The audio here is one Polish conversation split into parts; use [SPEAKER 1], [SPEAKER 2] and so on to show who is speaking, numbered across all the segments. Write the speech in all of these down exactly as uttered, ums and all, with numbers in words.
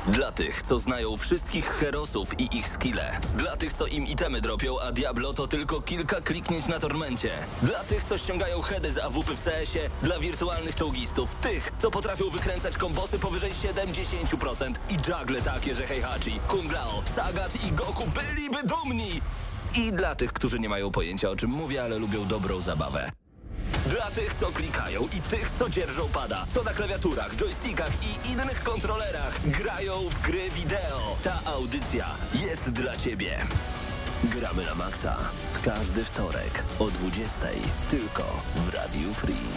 [SPEAKER 1] Dla tych, co znają wszystkich herosów i ich skille. Dla tych, co im itemy dropią, a Diablo to tylko kilka kliknięć na tormencie. Dla tych, co ściągają heady z A W P w C S-ie. Dla wirtualnych czołgistów. Tych, co potrafią wykręcać kombosy powyżej siedemdziesiąt procent. I juggle takie, że Heihachi, Kung Lao, Sagat i Goku byliby dumni. I dla tych, którzy nie mają pojęcia, o czym mówię, ale lubią dobrą zabawę. Dla tych, co klikają i tych, co dzierżą pada, co na klawiaturach, joystickach i innych kontrolerach grają w gry wideo. Ta audycja jest dla ciebie. Gramy na maksa w każdy wtorek o dwudziestej tylko w Radiu Free.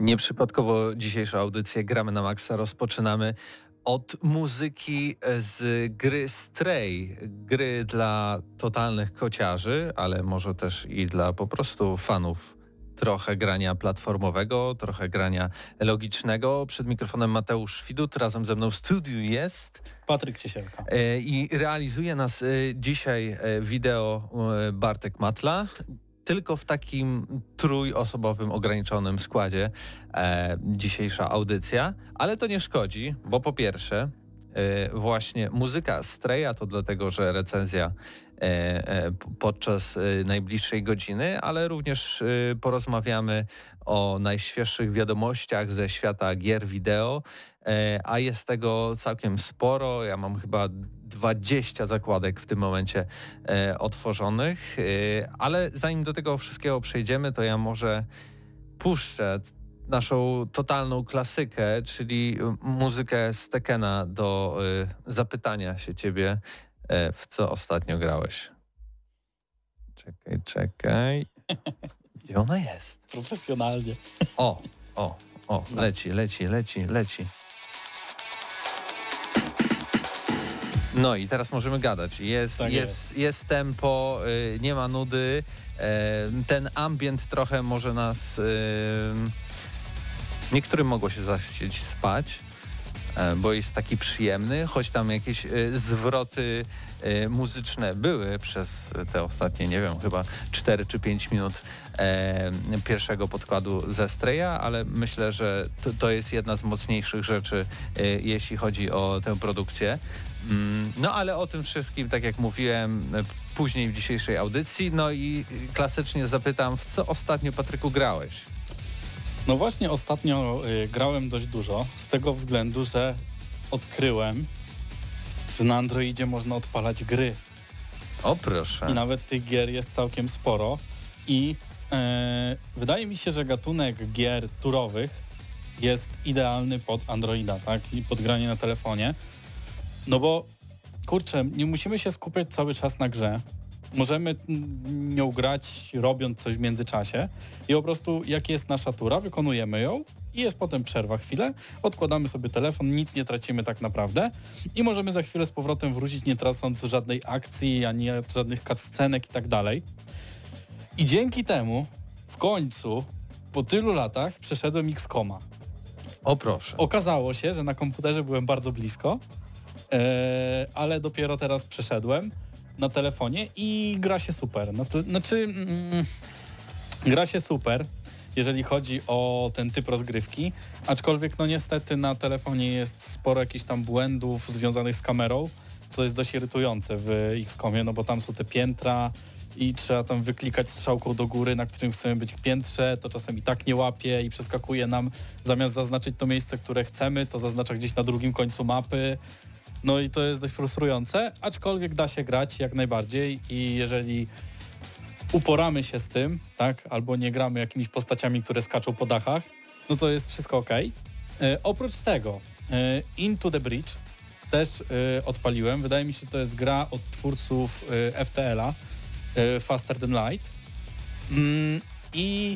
[SPEAKER 2] Nieprzypadkowo dzisiejszą audycję Gramy na Maxa rozpoczynamy od muzyki z gry Stray, gry dla totalnych kociarzy, ale może też i dla po prostu fanów trochę grania platformowego, trochę grania logicznego. Przed mikrofonem Mateusz Widut, razem ze mną w studiu jest
[SPEAKER 3] Patryk Ciesielka.
[SPEAKER 2] I realizuje nas dzisiaj wideo Bartek Matla. Tylko w takim trójosobowym, ograniczonym składzie e, dzisiejsza audycja, ale to nie szkodzi, bo po pierwsze e, właśnie muzyka Straya to dlatego, że recenzja e, e, podczas e, najbliższej godziny, ale również e, porozmawiamy o najświeższych wiadomościach ze świata gier wideo, e, a jest tego całkiem sporo. Ja mam chyba dwadzieścia zakładek w tym momencie e, otworzonych, e, ale zanim do tego wszystkiego przejdziemy, to ja może puszczę naszą totalną klasykę, czyli muzykę z Tekena do e, zapytania się ciebie, e, w co ostatnio grałeś. Czekaj, czekaj. Gdzie ona jest?
[SPEAKER 3] Profesjonalnie.
[SPEAKER 2] O, o, o, leci, leci, leci, leci. No i teraz możemy gadać. Jest,
[SPEAKER 3] tak
[SPEAKER 2] jest,
[SPEAKER 3] jest.
[SPEAKER 2] jest tempo, y, nie ma nudy. Y, ten ambient trochę może nas... Y, niektórym mogło się zachcieć spać, y, bo jest taki przyjemny, choć tam jakieś y, zwroty y, muzyczne były przez te ostatnie, nie wiem, chyba cztery czy pięć minut y, pierwszego podkładu ze Straya, ale myślę, że to, to jest jedna z mocniejszych rzeczy, y, jeśli chodzi o tę produkcję. No ale o tym wszystkim, tak jak mówiłem, później w dzisiejszej audycji. No i klasycznie zapytam, w co ostatnio, Patryku, grałeś?
[SPEAKER 3] No właśnie ostatnio y, grałem dość dużo, z tego względu, że odkryłem, że na Androidzie można odpalać gry.
[SPEAKER 2] O proszę.
[SPEAKER 3] I nawet tych gier jest całkiem sporo. I y, wydaje mi się, że gatunek gier turowych jest idealny pod Androida, tak? I pod granie na telefonie. No bo, kurczę, nie musimy się skupiać cały czas na grze. Możemy nią grać, robiąc coś w międzyczasie i po prostu jak jest nasza tura, wykonujemy ją i jest potem przerwa chwilę, odkładamy sobie telefon, nic nie tracimy tak naprawdę i możemy za chwilę z powrotem wrócić, nie tracąc żadnej akcji, ani żadnych cutscenek i tak dalej. I dzięki temu w końcu, po tylu latach, przeszedłem X COMa.
[SPEAKER 2] O proszę.
[SPEAKER 3] Okazało się, że na komputerze byłem bardzo blisko, Eee, ale dopiero teraz przeszedłem na telefonie i gra się super. No to, znaczy, mm, gra się super, jeżeli chodzi o ten typ rozgrywki, aczkolwiek no niestety na telefonie jest sporo jakichś tam błędów związanych z kamerą, co jest dość irytujące w X COMie, no bo tam są te piętra i trzeba tam wyklikać strzałką do góry, na którym chcemy być piętrze, to czasem i tak nie łapie i przeskakuje nam, zamiast zaznaczyć to miejsce, które chcemy, to zaznacza gdzieś na drugim końcu mapy. No i to jest dość frustrujące, aczkolwiek da się grać jak najbardziej i jeżeli uporamy się z tym, tak, albo nie gramy jakimiś postaciami, które skaczą po dachach, no to jest wszystko ok. E, oprócz tego e, Into the Breach też e, odpaliłem. Wydaje mi się, że to jest gra od twórców e, F T L-a, e, Faster Than Light. Mm, I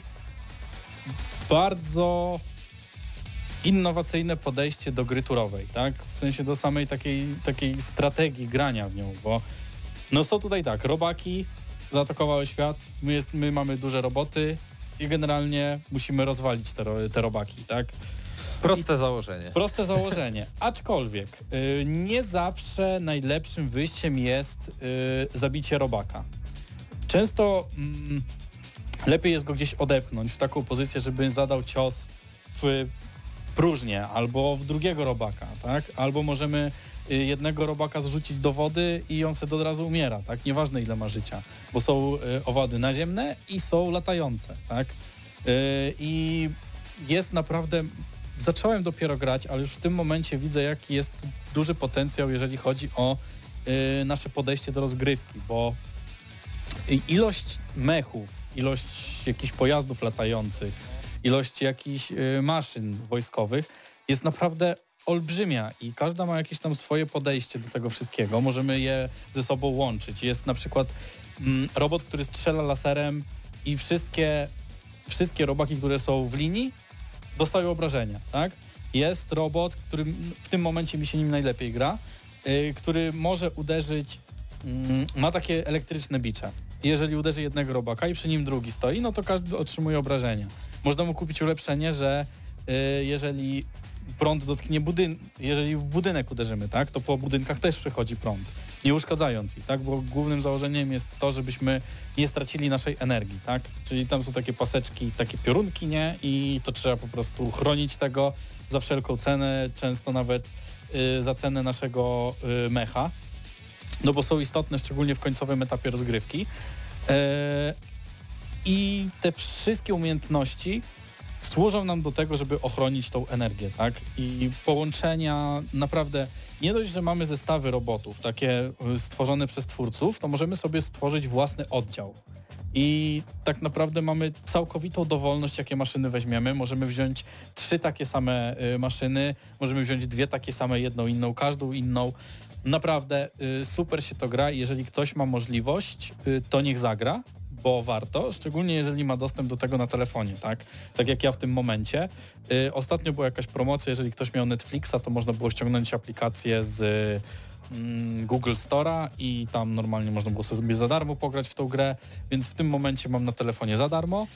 [SPEAKER 3] bardzo innowacyjne podejście do gry turowej, tak? W sensie do samej takiej, takiej strategii grania w nią, bo no są tutaj tak, robaki zaatakowały świat, my, jest, my mamy duże roboty i generalnie musimy rozwalić te, te robaki, tak?
[SPEAKER 2] Proste I, założenie.
[SPEAKER 3] Proste założenie, aczkolwiek y, nie zawsze najlepszym wyjściem jest y, zabicie robaka. Często mm, lepiej jest go gdzieś odepchnąć w taką pozycję, żeby zadał cios w próżnię albo w drugiego robaka, tak? Albo możemy jednego robaka zrzucić do wody i on wtedy od razu umiera, tak? Nieważne ile ma życia, bo są owady naziemne i są latające, tak? I jest naprawdę... Zacząłem dopiero grać, ale już w tym momencie widzę, jaki jest duży potencjał, jeżeli chodzi o nasze podejście do rozgrywki, bo ilość mechów, ilość jakichś pojazdów latających, ilość jakichś y, maszyn wojskowych jest naprawdę olbrzymia i każda ma jakieś tam swoje podejście do tego wszystkiego. Możemy je ze sobą łączyć. Jest na przykład mm, robot, który strzela laserem i wszystkie, wszystkie robaki, które są w linii, dostają obrażenia, tak? Jest robot, który w tym momencie mi się nim najlepiej gra, yy, który może uderzyć, yy, ma takie elektryczne bicze. Jeżeli uderzy jednego robaka i przy nim drugi stoi, no to każdy otrzymuje obrażenia. Można mu kupić ulepszenie, że yy, jeżeli prąd dotknie budynku, jeżeli w budynek uderzymy, tak, to po budynkach też przechodzi prąd, nie uszkadzając ich, tak, bo głównym założeniem jest to, żebyśmy nie stracili naszej energii, tak, czyli tam są takie paseczki, takie piorunki, nie, i to trzeba po prostu chronić tego za wszelką cenę, często nawet y, za cenę naszego y, mecha, no bo są istotne, szczególnie w końcowym etapie rozgrywki. E, I te wszystkie umiejętności służą nam do tego, żeby ochronić tą energię, tak? I połączenia naprawdę, nie dość, że mamy zestawy robotów, takie stworzone przez twórców, to możemy sobie stworzyć własny oddział. I tak naprawdę mamy całkowitą dowolność, jakie maszyny weźmiemy. Możemy wziąć trzy takie same y, maszyny, możemy wziąć dwie takie same, jedną inną, każdą inną. Naprawdę y, super się to gra i jeżeli ktoś ma możliwość, y, to niech zagra, bo warto, szczególnie jeżeli ma dostęp do tego na telefonie, tak? Tak jak ja w tym momencie. Y, ostatnio była jakaś promocja, jeżeli ktoś miał Netflixa, to można było ściągnąć aplikację z y, Google Store'a i tam normalnie można było sobie za darmo pograć w tą grę, więc w tym momencie mam na telefonie za darmo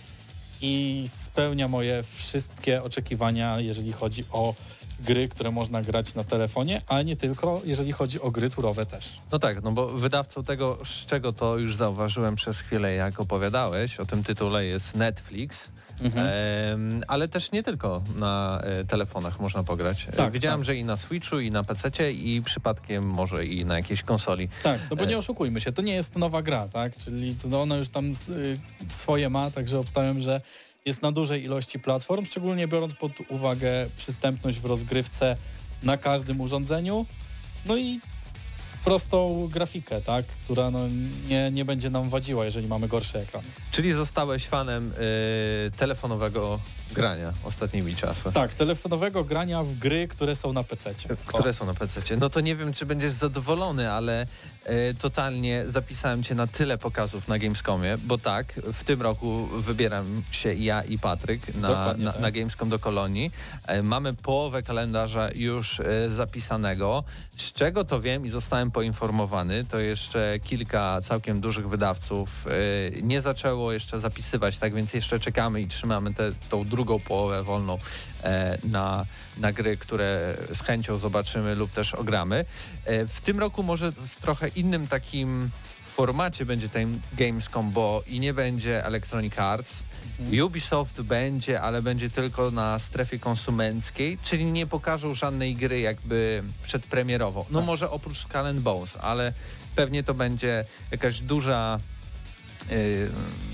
[SPEAKER 3] i spełnia moje wszystkie oczekiwania, jeżeli chodzi o gry, które można grać na telefonie, ale nie tylko, jeżeli chodzi o gry turowe też.
[SPEAKER 2] No tak, no bo wydawcą tego, z czego to już zauważyłem przez chwilę, jak opowiadałeś o tym tytule, jest Netflix, mhm. e, ale też nie tylko na e, telefonach można pograć. Tak, Widziałem, tak. że i na Switchu, i na pececie, i przypadkiem może i na jakiejś konsoli.
[SPEAKER 3] Tak, no bo nie oszukujmy się, to nie jest nowa gra, tak? Czyli to, no ona już tam y, swoje ma, także obstawiam, że jest na dużej ilości platform, szczególnie biorąc pod uwagę przystępność w rozgrywce na każdym urządzeniu, no i prostą grafikę, tak, która no nie, nie będzie nam wadziła, jeżeli mamy gorszy ekran.
[SPEAKER 2] Czyli zostałeś fanem yy, telefonowego grania ostatnimi czasy.
[SPEAKER 3] Tak, telefonowego grania w gry, które są na pececie.
[SPEAKER 2] Które o. są na pececie. No to nie wiem, czy będziesz zadowolony, ale e, totalnie zapisałem cię na tyle pokazów na Gamescomie, bo tak, w tym roku wybieram się ja i Patryk na, na, tak. na Gamescom do Kolonii. E, mamy połowę kalendarza już e, zapisanego. Z czego to wiem i zostałem poinformowany, to jeszcze kilka całkiem dużych wydawców e, nie zaczęło jeszcze zapisywać, tak więc jeszcze czekamy i trzymamy tę tą drugą połowę wolną e, na, na gry, które z chęcią zobaczymy lub też ogramy. E, w tym roku może w trochę innym takim formacie będzie ten Gamescom, bo i nie będzie Electronic Arts, mhm. Ubisoft będzie, ale będzie tylko na strefie konsumenckiej, czyli nie pokażą żadnej gry jakby przedpremierowo. No tak. może oprócz Skull and Bones, ale pewnie to będzie jakaś duża yy,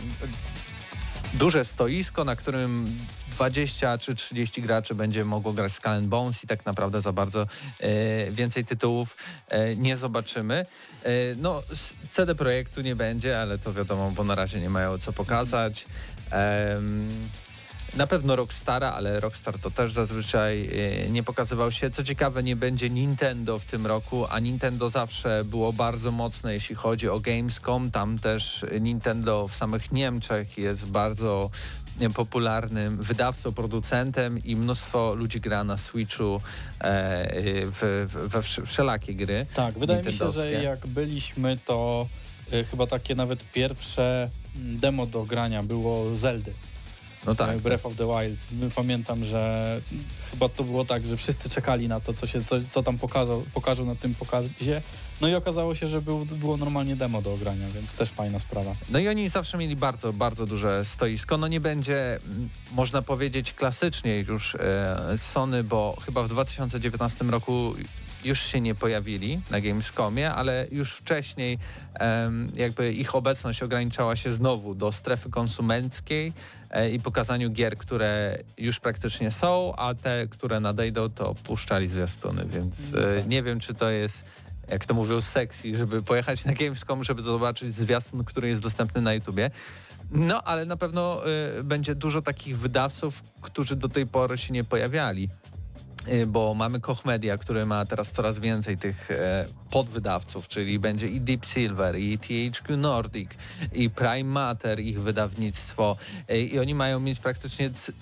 [SPEAKER 2] duże stoisko, na którym dwadzieścia czy trzydzieści graczy będzie mogło grać Skull and Bones i tak naprawdę za bardzo e, więcej tytułów e, nie zobaczymy. E, no C D Projektu nie będzie, ale to wiadomo, bo na razie nie mają co pokazać. E, na pewno Rockstara, ale Rockstar to też zazwyczaj e, nie pokazywał się. Co ciekawe, nie będzie Nintendo w tym roku, a Nintendo zawsze było bardzo mocne, jeśli chodzi o Gamescom. Tam też Nintendo w samych Niemczech jest bardzo popularnym wydawcą, producentem i mnóstwo ludzi gra na Switchu e, w, w, we wszelakie gry.
[SPEAKER 3] Tak, wydaje mi się, że jak byliśmy, to y, chyba takie nawet pierwsze demo do grania było Zeldy.
[SPEAKER 2] No tak.
[SPEAKER 3] Breath tak. of the Wild. Pamiętam, że chyba to było tak, że wszyscy czekali na to, co, się, co, co tam pokazał, pokażą na tym pokazie. No i okazało się, że był, było normalnie demo do ogrania, więc też fajna sprawa.
[SPEAKER 2] No i oni zawsze mieli bardzo, bardzo duże stoisko. No nie będzie, można powiedzieć, klasycznie już e, Sony, bo chyba w dwa tysiące dziewiętnastym roku już się nie pojawili na Gamescomie, ale już wcześniej e, jakby ich obecność ograniczała się znowu do strefy konsumenckiej e, i pokazaniu gier, które już praktycznie są, a te, które nadejdą, to puszczali zwiastuny, więc e, nie wiem, czy to jest, jak to mówią, sexy, żeby pojechać na Gamescom, żeby zobaczyć zwiastun, który jest dostępny na YouTubie. No, ale na pewno y, będzie dużo takich wydawców, którzy do tej pory się nie pojawiali. Y, bo mamy Koch Media, który ma teraz coraz więcej tych y, podwydawców, czyli będzie i Deep Silver, i T H Q Nordic, i Prime Matter, ich wydawnictwo. Y, I oni mają mieć praktycznie c-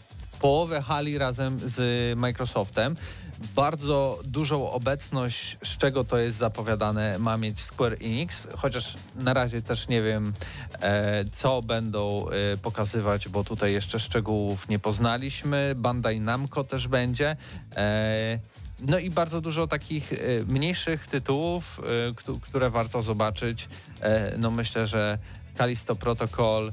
[SPEAKER 2] połowę hali razem z Microsoftem. Bardzo dużą obecność, z czego to jest zapowiadane, ma mieć Square Enix, chociaż na razie też nie wiem, e, co będą e, pokazywać, bo tutaj jeszcze szczegółów nie poznaliśmy. Bandai Namco też będzie. E, no i bardzo dużo takich e, mniejszych tytułów, e, k- które warto zobaczyć. E, no myślę, że Callisto Protocol,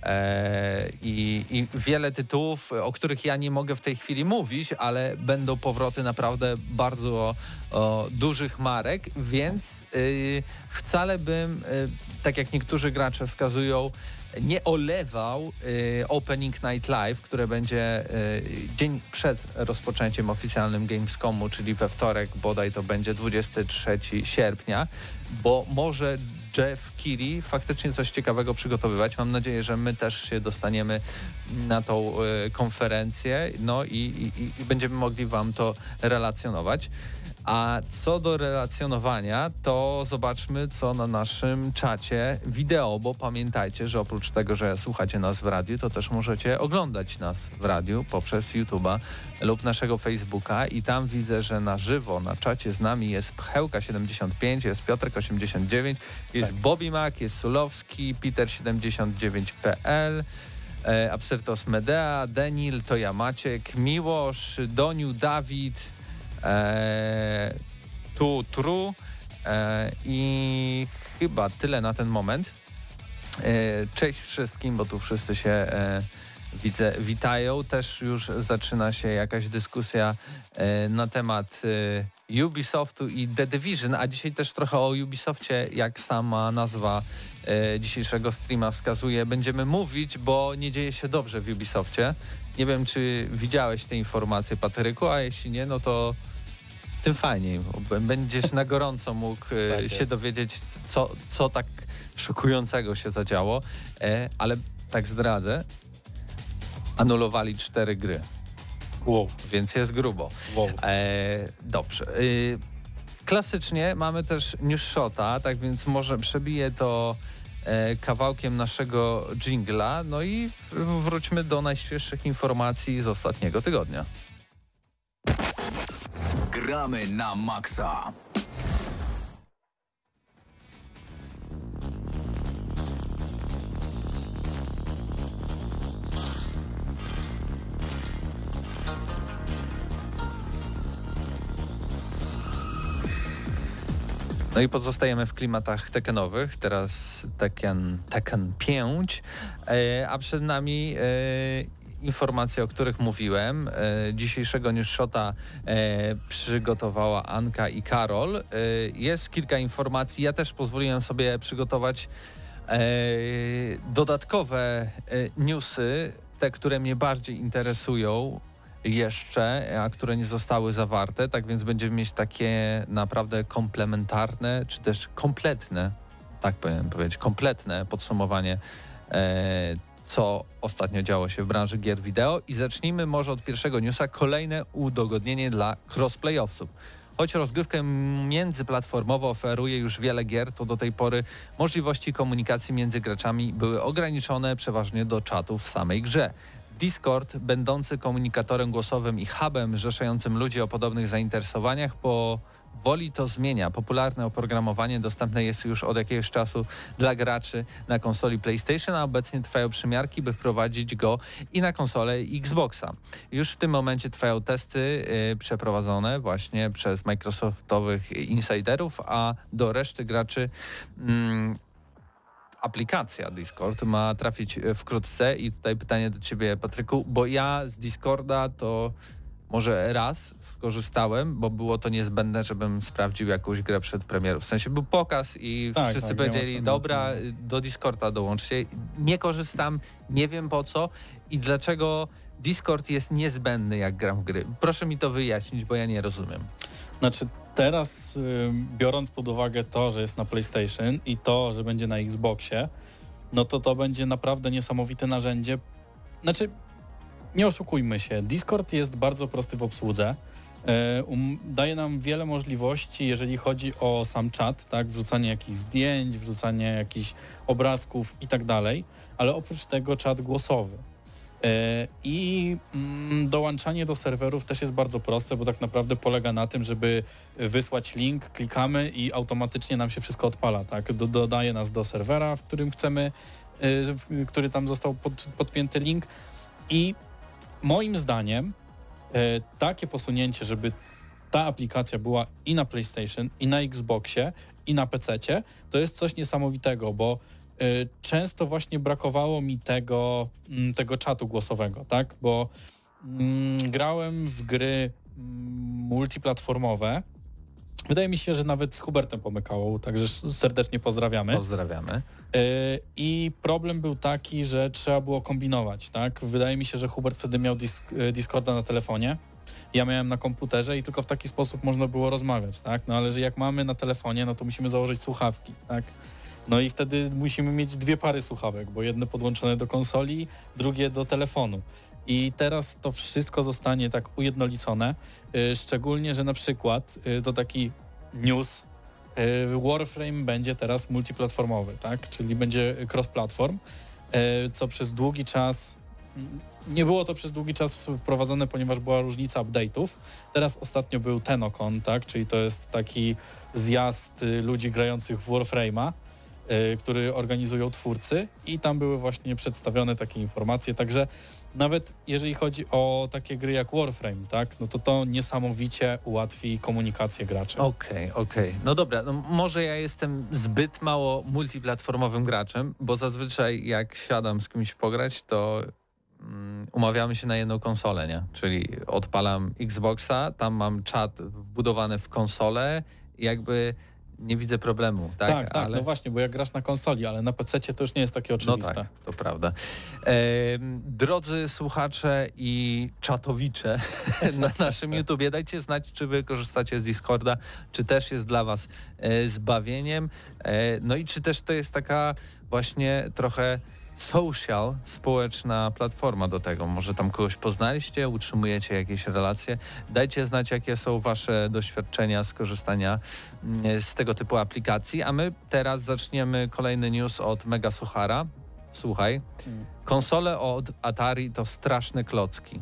[SPEAKER 2] E, I, i wiele tytułów, o których ja nie mogę w tej chwili mówić, ale będą powroty naprawdę bardzo o, o dużych marek, więc y, wcale bym, y, tak jak niektórzy gracze wskazują, nie olewał y, Opening Night Live, które będzie y, dzień przed rozpoczęciem oficjalnym Gamescomu, czyli we wtorek, bodaj to będzie dwudziestego trzeciego sierpnia, bo może Jeff Keighley faktycznie coś ciekawego przygotowywać. Mam nadzieję, że my też się dostaniemy na tą y, konferencję, no i, i, i będziemy mogli wam to relacjonować. A co do relacjonowania, to zobaczmy, co na naszym czacie wideo, bo pamiętajcie, że oprócz tego, że słuchacie nas w radiu, to też możecie oglądać nas w radiu poprzez YouTube'a lub naszego Facebooka i tam widzę, że na żywo na czacie z nami jest Pchełka siedemdziesiąt pięć, jest Piotrek osiemdziesiąt dziewięć, jest tak. Bobby Mac, jest Sulowski, Peter siedemdziesiąt dziewięć kropka p l, e, Absyrtos Medea, Denil, to ja Maciek, Miłosz, Doniu, Dawid, Eee, tu, tru eee, i chyba tyle na ten moment. Eee, cześć wszystkim, bo tu wszyscy się e, widzę, witają. Też już zaczyna się jakaś dyskusja e, na temat e, Ubisoftu i The Division, a dzisiaj też trochę o Ubisoftie, jak sama nazwa e, dzisiejszego streama wskazuje, będziemy mówić, bo nie dzieje się dobrze w Ubisoftie. Nie wiem, czy widziałeś te informacje, Patryku, a jeśli nie, no to tym fajniej, bo będziesz na gorąco mógł tak się jest. dowiedzieć, co, co tak szokującego się zadziało, e, ale tak zdradzę, anulowali cztery gry.
[SPEAKER 3] Wow.
[SPEAKER 2] Więc jest grubo.
[SPEAKER 3] Wow.
[SPEAKER 2] E, dobrze. E, klasycznie mamy też news shota, tak więc może przebiję to e, kawałkiem naszego dżingla, no i wróćmy do najświeższych informacji z ostatniego tygodnia.
[SPEAKER 4] Gramy na maksa.
[SPEAKER 2] No i pozostajemy w klimatach Tekkenowych, teraz Tekken, Tekken pięć, e, a przed nami e, informacje, o których mówiłem. E, dzisiejszego news shota e, przygotowała Anka i Karol. E, jest kilka informacji, ja też pozwoliłem sobie przygotować e, dodatkowe e, newsy, te, które mnie bardziej interesują jeszcze, a które nie zostały zawarte, tak więc będziemy mieć takie naprawdę komplementarne, czy też kompletne, tak powinien powiedzieć, kompletne podsumowanie, e, co ostatnio działo się w branży gier wideo i zacznijmy może od pierwszego newsa, kolejne udogodnienie dla crossplayowców. Choć rozgrywkę międzyplatformową oferuje już wiele gier, to do tej pory możliwości komunikacji między graczami były ograniczone przeważnie do czatu w samej grze. Discord, będący komunikatorem głosowym i hubem zrzeszającym ludzi o podobnych zainteresowaniach, powoli to zmienia. Popularne oprogramowanie dostępne jest już od jakiegoś czasu dla graczy na konsoli PlayStation, a obecnie trwają przymiarki, by wprowadzić go i na konsolę Xboxa. Już w tym momencie trwają testy yy, przeprowadzone właśnie przez Microsoftowych insiderów, a do reszty graczy yy, aplikacja Discord ma trafić wkrótce i tutaj pytanie do Ciebie, Patryku, bo ja z Discorda to może raz skorzystałem, bo było to niezbędne, żebym sprawdził jakąś grę przed premierą. W sensie był pokaz i tak, wszyscy tak, powiedzieli, dobra, do Discorda dołączcie. Nie korzystam, nie wiem po co i dlaczego Discord jest niezbędny, jak gram w gry. Proszę mi to wyjaśnić, bo ja nie rozumiem.
[SPEAKER 3] Znaczy teraz y, biorąc pod uwagę to, że jest na PlayStation i to, że będzie na Xboxie, no to to będzie naprawdę niesamowite narzędzie. Znaczy, nie oszukujmy się, Discord jest bardzo prosty w obsłudze. Y, um, daje nam wiele możliwości, jeżeli chodzi o sam czat, tak, wrzucanie jakichś zdjęć, wrzucanie jakichś obrazków i tak dalej, ale oprócz tego czat głosowy. I dołączanie do serwerów też jest bardzo proste, bo tak naprawdę polega na tym, żeby wysłać link, klikamy i automatycznie nam się wszystko odpala, tak? Dodaje nas do serwera, w którym chcemy, który tam został pod, podpięty link i moim zdaniem takie posunięcie, żeby ta aplikacja była i na PlayStation, i na Xboxie, i na pececie, to jest coś niesamowitego, bo y, często właśnie brakowało mi tego, mm, tego czatu głosowego, tak? Bo mm, grałem w gry mm, multiplatformowe. Wydaje mi się, że nawet z Hubertem pomykało, także serdecznie pozdrawiamy.
[SPEAKER 2] Pozdrawiamy.
[SPEAKER 3] Y, I problem był taki, że trzeba było kombinować, tak? Wydaje mi się, że Hubert wtedy miał disk- Discorda na telefonie. Ja miałem na komputerze i tylko w taki sposób można było rozmawiać, tak? No ale że jak mamy na telefonie, no to musimy założyć słuchawki, tak? No i wtedy musimy mieć dwie pary słuchawek, bo jedne podłączone do konsoli, drugie do telefonu. I teraz to wszystko zostanie tak ujednolicone, yy, szczególnie, że na przykład yy, to taki news, yy, Warframe będzie teraz multiplatformowy, tak? Czyli będzie cross-platform, yy, co przez długi czas... Nie było to przez długi czas wprowadzone, ponieważ była różnica update'ów. Teraz ostatnio był TennoCon, tak? Czyli to jest taki zjazd y, ludzi grających w Warframe'a, y, który organizują twórcy i tam były właśnie przedstawione takie informacje, także nawet jeżeli chodzi o takie gry jak Warframe, tak? No to to niesamowicie ułatwi komunikację graczy.
[SPEAKER 2] Okej, okay, okej. Okay. No dobra, no może ja jestem zbyt mało multiplatformowym graczem, bo zazwyczaj jak siadam z kimś pograć, to umawiamy się na jedną konsolę, nie? Czyli odpalam Xboxa, tam mam czat wbudowany w konsolę i jakby nie widzę problemu, tak?
[SPEAKER 3] Tak, tak,
[SPEAKER 2] ale...
[SPEAKER 3] no właśnie, bo jak grasz na konsoli, ale na pececie to już nie jest takie oczywiste.
[SPEAKER 2] No tak, to prawda. E, drodzy słuchacze i czatowicze na naszym YouTubie, dajcie znać, czy wy korzystacie z Discorda, czy też jest dla was e, zbawieniem, e, no i czy też to jest taka właśnie trochę social, społeczna platforma do tego. Może tam kogoś poznaliście, utrzymujecie jakieś relacje. Dajcie znać, jakie są wasze doświadczenia z korzystania z tego typu aplikacji, a my teraz zaczniemy kolejny news od Mega Suchara. Słuchaj, konsole od Atari to straszne klocki.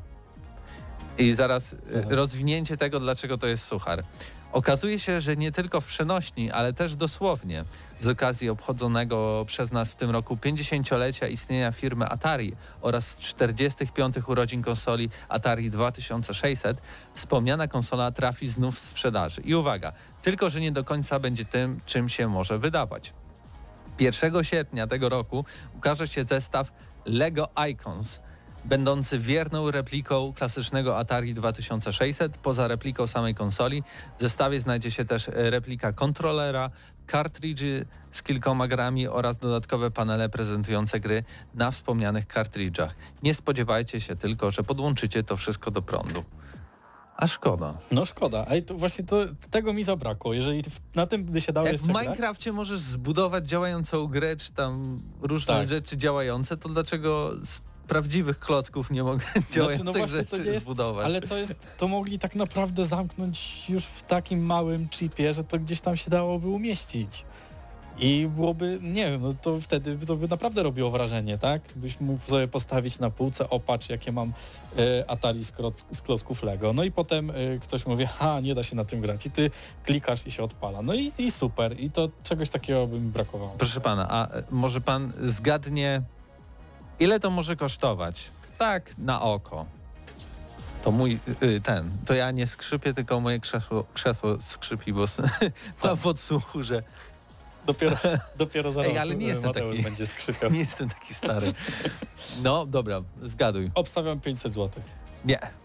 [SPEAKER 2] I zaraz
[SPEAKER 3] Zaraz.
[SPEAKER 2] rozwinięcie tego, dlaczego to jest suchar. Okazuje się, że nie tylko w przenośni, ale też dosłownie z okazji obchodzonego przez nas w tym roku pięćdziesięciolecia istnienia firmy Atari oraz czterdziestych piątych urodzin konsoli Atari dwa tysiące sześćset wspomniana konsola trafi znów w sprzedaży. I uwaga, tylko że nie do końca będzie tym, czym się może wydawać. pierwszego sierpnia tego roku ukaże się zestaw Lego Icons, będący wierną repliką klasycznego Atari dwa tysiące sześćset. Poza repliką samej konsoli w zestawie znajdzie się też replika kontrolera, kartridży z kilkoma grami oraz dodatkowe panele prezentujące gry na wspomnianych kartridżach. Nie spodziewajcie się tylko, że podłączycie to wszystko do prądu. A szkoda.
[SPEAKER 3] No szkoda, a to właśnie to, tego mi zabrakło, jeżeli na tym by się dało
[SPEAKER 2] Jak w
[SPEAKER 3] jeszcze grać.
[SPEAKER 2] Minecrafcie możesz zbudować działającą grę, czy tam różne
[SPEAKER 3] Tak.
[SPEAKER 2] rzeczy działające, to dlaczego z prawdziwych klocków nie mogę działających
[SPEAKER 3] Znaczy, no właśnie to
[SPEAKER 2] rzeczy
[SPEAKER 3] nie jest,
[SPEAKER 2] zbudować?
[SPEAKER 3] ale to jest, to mogli tak naprawdę zamknąć już w takim małym chipie, że to gdzieś tam się dałoby umieścić. I byłoby, nie wiem, no to wtedy to by naprawdę robiło wrażenie, tak? Byś mógł sobie postawić na półce, o patrz jakie mam e, Atari z, kroc, z klocków Lego. No i potem e, ktoś mówi, ha, nie da się na tym grać. I ty klikasz i się odpala. No i, i super. I to czegoś takiego by mi brakowało.
[SPEAKER 2] Proszę pana, a e, może pan zgadnie, ile to może kosztować? Tak, na oko. To mój, y, ten, to ja nie skrzypię, tylko moje krzesło, krzesło skrzypi, bo tam podsłuchu, że
[SPEAKER 3] Dopiero, dopiero za
[SPEAKER 2] Ej,
[SPEAKER 3] rok
[SPEAKER 2] ale nie jestem
[SPEAKER 3] Mateusz
[SPEAKER 2] taki-
[SPEAKER 3] będzie skrzypiał.
[SPEAKER 2] nie jestem taki stary. No, dobra, zgaduj.
[SPEAKER 3] Obstawiam pięćset złotych.
[SPEAKER 2] Nie. E,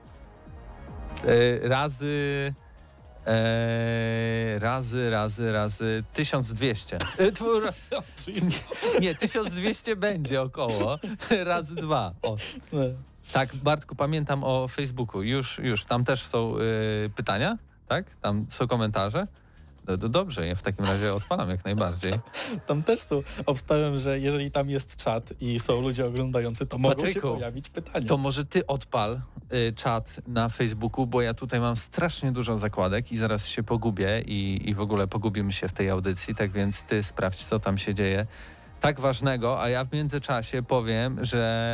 [SPEAKER 2] razy... E, razy, razy, razy tysiąc dwieście. E, tfu, raz, nie, nie, tysiąc dwieście będzie około. Razy dwa. O. Tak, Bartku, pamiętam o Facebooku. Już, już. Tam też są y, pytania, tak? Tam są komentarze. No, to dobrze, ja w takim razie odpalam jak najbardziej.
[SPEAKER 3] Tam też tu obstawiam, że jeżeli tam jest czat i są ludzie oglądający, to mogą
[SPEAKER 2] Patryku,
[SPEAKER 3] się pojawić pytania.
[SPEAKER 2] To może ty odpal y, czat na Facebooku, bo ja tutaj mam strasznie dużo zakładek i zaraz się pogubię i, i w ogóle pogubimy się w tej audycji, tak więc ty sprawdź, co tam się dzieje tak ważnego, a ja w międzyczasie powiem, że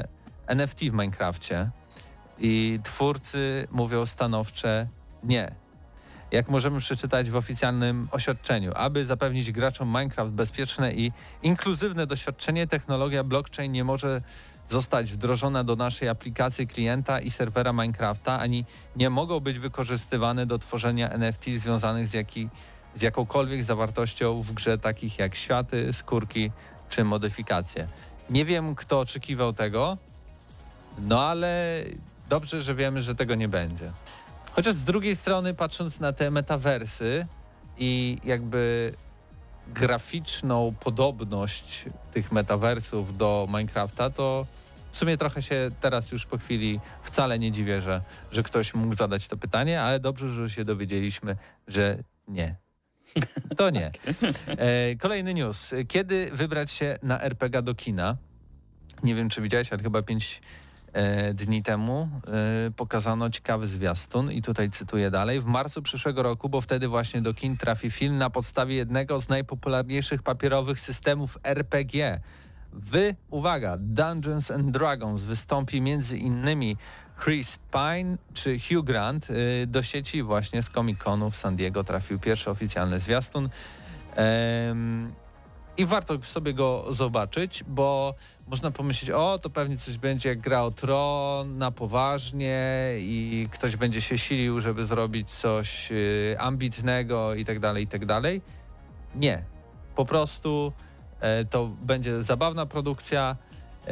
[SPEAKER 2] N F T w Minecrafcie i twórcy mówią stanowcze nie. Jak możemy przeczytać w oficjalnym oświadczeniu, aby zapewnić graczom Minecraft bezpieczne i inkluzywne doświadczenie, technologia blockchain nie może zostać wdrożona do naszej aplikacji klienta i serwera Minecrafta, ani nie mogą być wykorzystywane do tworzenia N F T związanych z, jaki, z jakąkolwiek zawartością w grze, takich jak światy, skórki czy modyfikacje. Nie wiem, kto oczekiwał tego, no ale dobrze, że wiemy, że tego nie będzie. Chociaż z drugiej strony, patrząc na te metawersy i jakby graficzną podobność tych metaversów do Minecrafta, to w sumie trochę się teraz już po chwili wcale nie dziwię, że, że ktoś mógł zadać to pytanie, ale dobrze, że się dowiedzieliśmy, że nie. To nie. E, kolejny news. Kiedy wybrać się na er pe gie do kina? Nie wiem, czy widziałeś, ale chyba pięć e, dni temu e, pokazano ciekawy zwiastun i tutaj cytuję dalej. W marcu przyszłego roku, bo wtedy właśnie do kin trafi film na podstawie jednego z najpopularniejszych papierowych systemów er pe gie. W, uwaga, Dungeons and Dragons wystąpi między innymi Chris Pine czy Hugh Grant. E, do sieci właśnie z Comic-Conu w San Diego trafił pierwszy oficjalny zwiastun. E, I warto sobie go zobaczyć, bo można pomyśleć, o to pewnie coś będzie jak Gra o Tron na poważnie i ktoś będzie się silił, żeby zrobić coś y, ambitnego i tak dalej, i tak dalej. Nie. Po prostu e, to będzie zabawna produkcja, e,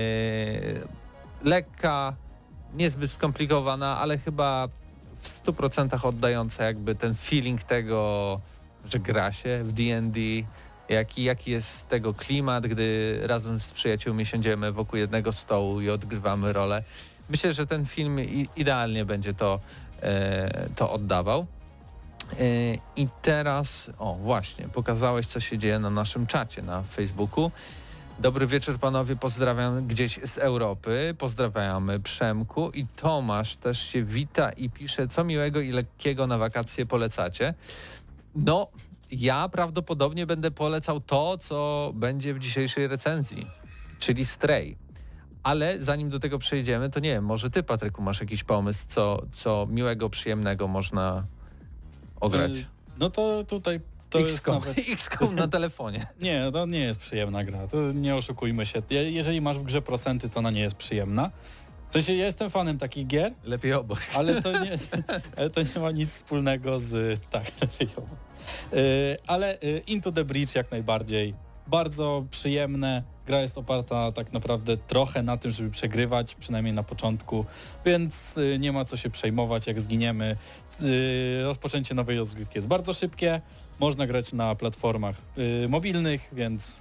[SPEAKER 2] lekka, niezbyt skomplikowana, ale chyba w stu procentach oddająca jakby ten feeling tego, że gra się w D and D, Jaki, jaki jest tego klimat, gdy razem z przyjaciółmi siądziemy wokół jednego stołu i odgrywamy rolę. Myślę, że ten film i, idealnie będzie to, e, to oddawał. E, I teraz, o właśnie, pokazałeś, co się dzieje na naszym czacie na Facebooku. Dobry wieczór panowie, pozdrawiam gdzieś z Europy, pozdrawiamy Przemku i Tomasz też się wita i pisze, co miłego i lekkiego na wakacje polecacie. No, ja prawdopodobnie będę polecał to, co będzie w dzisiejszej recenzji, czyli Stray. Ale zanim do tego przejdziemy, to nie wiem, może ty, Patryku, masz jakiś pomysł, co, co miłego, przyjemnego można ograć?
[SPEAKER 3] No to tutaj to jest nawet...
[SPEAKER 2] X COM na telefonie.
[SPEAKER 3] Nie, to nie jest przyjemna gra, to nie oszukujmy się. Jeżeli masz w grze procenty, to ona nie jest przyjemna. W sensie ja jestem fanem takich gier.
[SPEAKER 2] Lepiej obok.
[SPEAKER 3] Ale to nie, ale to nie ma nic wspólnego z... Tak, lepiej obok. Yy, ale yy, Into the Breach jak najbardziej. Bardzo przyjemne. Gra jest oparta tak naprawdę trochę na tym, żeby przegrywać, przynajmniej na początku, więc yy, nie ma co się przejmować, jak zginiemy. Yy, rozpoczęcie nowej rozgrywki jest bardzo szybkie. Można grać na platformach yy, mobilnych, więc...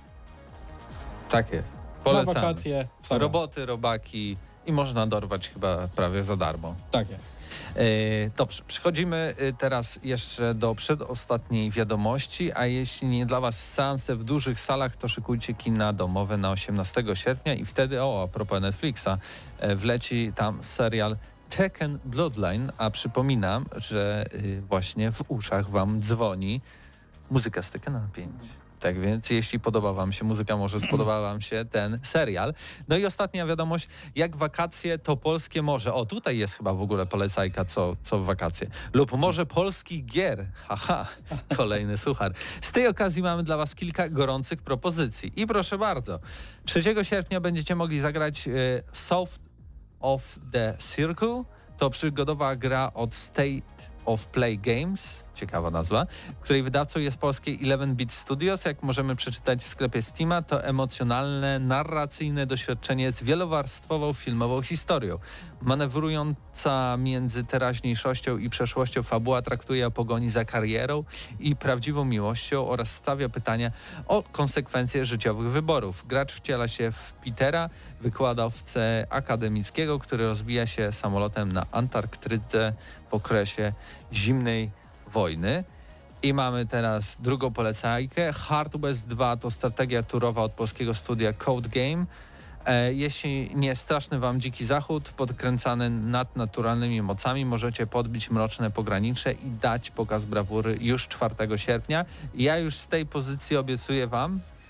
[SPEAKER 2] Tak jest.
[SPEAKER 3] Polecamy. Na wakacje.
[SPEAKER 2] Roboty, robaki i można dorwać chyba prawie za darmo.
[SPEAKER 3] Tak jest.
[SPEAKER 2] Yy, dobrze, przechodzimy teraz jeszcze do przedostatniej wiadomości, a jeśli nie dla Was seanse w dużych salach, to szykujcie kina domowe na osiemnastego sierpnia i wtedy, o, a propos Netflixa, wleci tam serial Tekken Bloodline, a przypominam, że yy, właśnie w uszach Wam dzwoni muzyka z Tekkena pięć. Tak więc jeśli podoba Wam się muzyka, może spodoba Wam się ten serial. No i ostatnia wiadomość, jak wakacje to polskie morze. O, tutaj jest chyba w ogóle polecajka, co, co w wakacje. Lub może polskich gier. Haha, kolejny suchar. Z tej okazji mamy dla Was kilka gorących propozycji. I proszę bardzo, trzeciego sierpnia będziecie mogli zagrać y, South of the Circle. To przygodowa gra od State of Play Games, ciekawa nazwa, której wydawcą jest polskie eleven bit Studios. Jak możemy przeczytać w sklepie Steama, to emocjonalne, narracyjne doświadczenie z wielowarstwową filmową historią. Manewrująca między teraźniejszością i przeszłością fabuła traktuje o pogoni za karierą i prawdziwą miłością oraz stawia pytania o konsekwencje życiowych wyborów. Gracz wciela się w Petera, wykładowcę akademickiego, który rozbija się samolotem na Antarktydze w okresie zimnej wojny. I mamy teraz drugą polecajkę. Hard West dwa to strategia turowa od polskiego studia Code Game. E, jeśli nie straszny Wam dziki zachód podkręcany nadnaturalnymi mocami, możecie podbić mroczne pogranicze i dać pokaz brawury już czwartego sierpnia. Ja już z tej pozycji obiecuję Wam,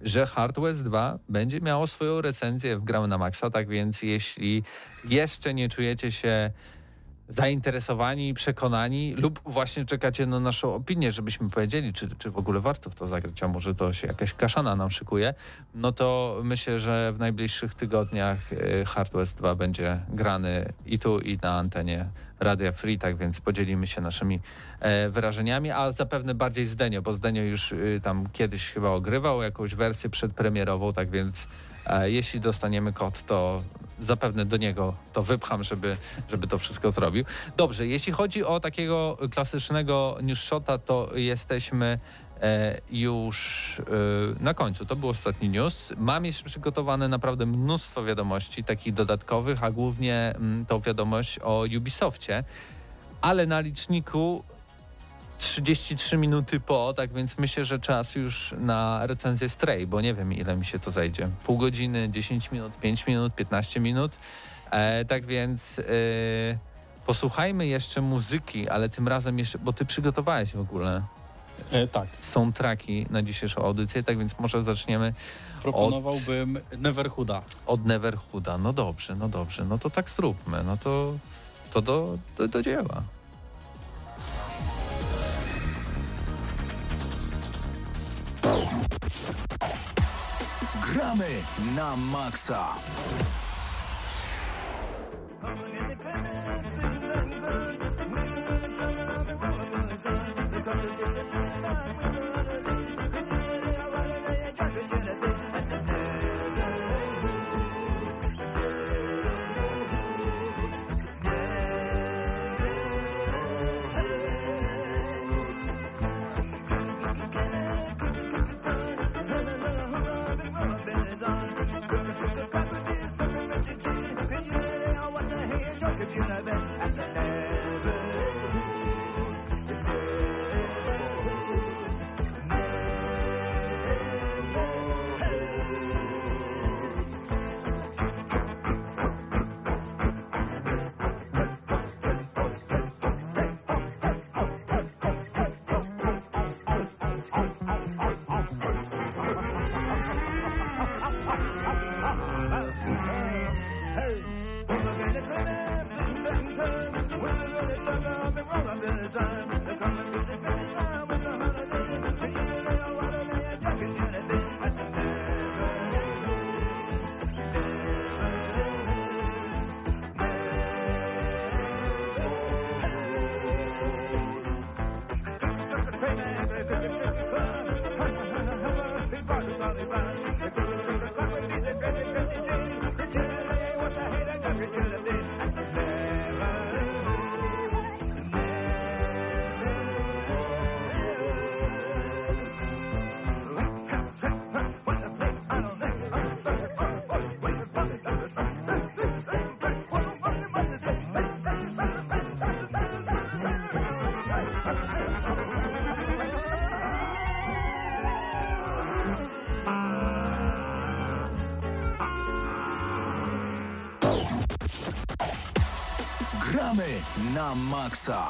[SPEAKER 2] że Hard West dwa będzie miało swoją recenzję w Gramy na Maxa, tak więc jeśli jeszcze nie czujecie się zainteresowani, przekonani lub właśnie czekacie na naszą opinię, żebyśmy powiedzieli, czy, czy w ogóle warto w to zagrać, a może to się jakaś kaszana nam szykuje, no to myślę, że w najbliższych tygodniach Hard West dwa będzie grany i tu, i na antenie Radia Free, tak więc podzielimy się naszymi e, wyrażeniami, a zapewne bardziej z Denio, bo Zdenio już y, tam kiedyś chyba ogrywał jakąś wersję przedpremierową, tak więc e, jeśli dostaniemy kod, to zapewne do niego to wypcham, żeby, żeby to wszystko zrobił. Dobrze, jeśli chodzi o takiego klasycznego news shota, to jesteśmy e, już e, na końcu. To był ostatni news. Mam jeszcze przygotowane naprawdę mnóstwo wiadomości takich dodatkowych, a głównie m, tą wiadomość o Ubisoftie, ale na liczniku trzydzieści trzy minuty po, tak więc myślę, że czas już na recenzję Stray, bo nie wiem ile mi się to zejdzie. Pół godziny, dziesięć minut, pięć minut, piętnaście minut. E, tak więc e, posłuchajmy jeszcze muzyki, ale tym razem jeszcze, bo ty przygotowałeś w ogóle
[SPEAKER 3] E, tak.
[SPEAKER 2] soundtracki na dzisiejszą audycję, tak więc może zaczniemy
[SPEAKER 3] Proponowałbym Neverhooda.
[SPEAKER 2] od Neverhooda. No dobrze, no dobrze, no to tak zróbmy, no to, to do, do, do dzieła.
[SPEAKER 4] Gramy na maksa. Gramy na maksa.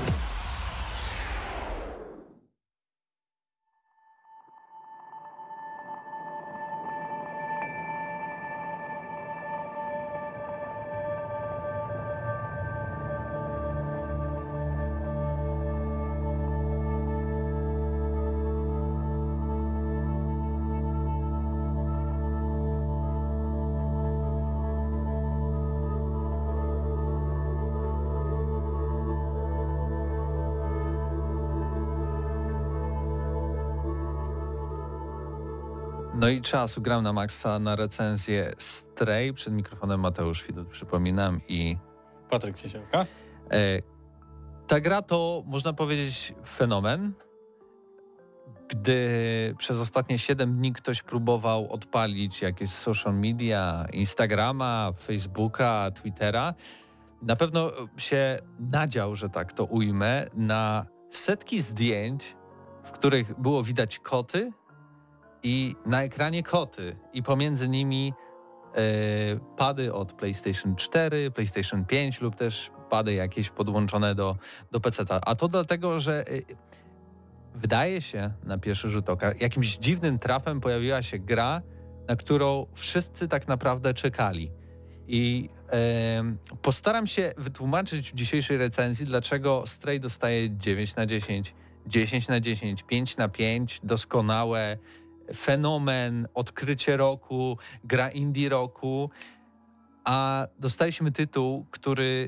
[SPEAKER 2] No i czas, gram na maksa na recenzję Stray. Przed mikrofonem Mateusz Widut, przypominam, i
[SPEAKER 3] Patryk Ciesielka.
[SPEAKER 2] E, ta gra to, można powiedzieć, fenomen. Gdy przez ostatnie siedem dni ktoś próbował odpalić jakieś social media, Instagrama, Facebooka, Twittera, na pewno się nadział, że tak to ujmę, na setki zdjęć, w których było widać koty i na ekranie koty i pomiędzy nimi e, pady od PlayStation cztery, PlayStation pięć lub też pady jakieś podłączone do, do peceta. A to dlatego, że wydaje się na pierwszy rzut oka, jakimś dziwnym trafem pojawiła się gra, na którą wszyscy tak naprawdę czekali. I e, postaram się wytłumaczyć w dzisiejszej recenzji, dlaczego Stray dostaje dziewięć na dziesięć, dziesięć na dziesięć, pięć na pięć, doskonałe, fenomen, odkrycie roku, gra indie roku, a dostaliśmy tytuł, który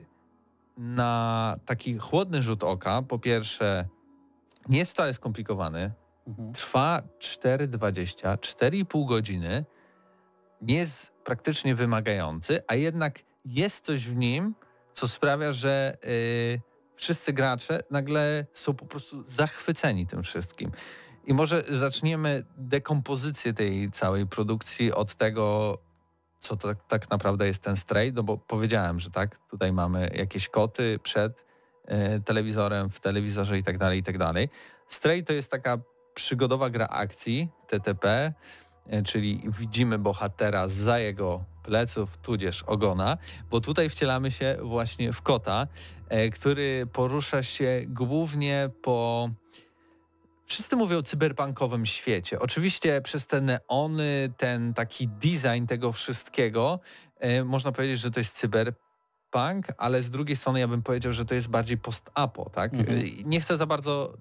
[SPEAKER 2] na taki chłodny rzut oka, po pierwsze, nie jest wcale skomplikowany,
[SPEAKER 3] Mhm.
[SPEAKER 2] trwa cztery dwadzieścia, cztery i pół godziny, nie jest praktycznie wymagający, a jednak jest coś w nim, co sprawia, że yy, wszyscy gracze nagle są po prostu zachwyceni tym wszystkim. I może zaczniemy dekompozycję tej całej produkcji od tego, co to tak, tak naprawdę jest ten Stray, no bo powiedziałem, że tak, tutaj mamy jakieś koty przed y, telewizorem, w telewizorze i tak dalej, i tak dalej. Stray to jest taka przygodowa gra akcji, T T P, y, czyli widzimy bohatera zza jego pleców, tudzież ogona, bo tutaj wcielamy się właśnie w kota, y, który porusza się głównie po... Wszyscy mówią o cyberpunkowym świecie. Oczywiście przez te neony, ten taki design tego wszystkiego, e, można powiedzieć, że to jest cyberpunk, ale z drugiej strony ja bym powiedział, że to jest bardziej post-apo, tak?
[SPEAKER 3] Mhm.
[SPEAKER 2] E, Nie chcę za bardzo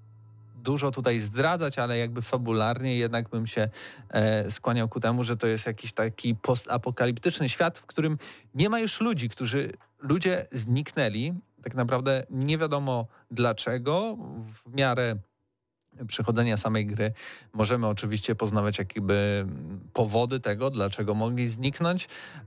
[SPEAKER 2] dużo tutaj zdradzać, ale jakby fabularnie jednak bym się e, skłaniał ku temu, że to jest jakiś taki postapokaliptyczny świat, w którym nie ma już ludzi, którzy, ludzie zniknęli, tak naprawdę nie wiadomo dlaczego, w miarę przechodzenia samej gry możemy oczywiście poznawać jakby powody tego, dlaczego mogli zniknąć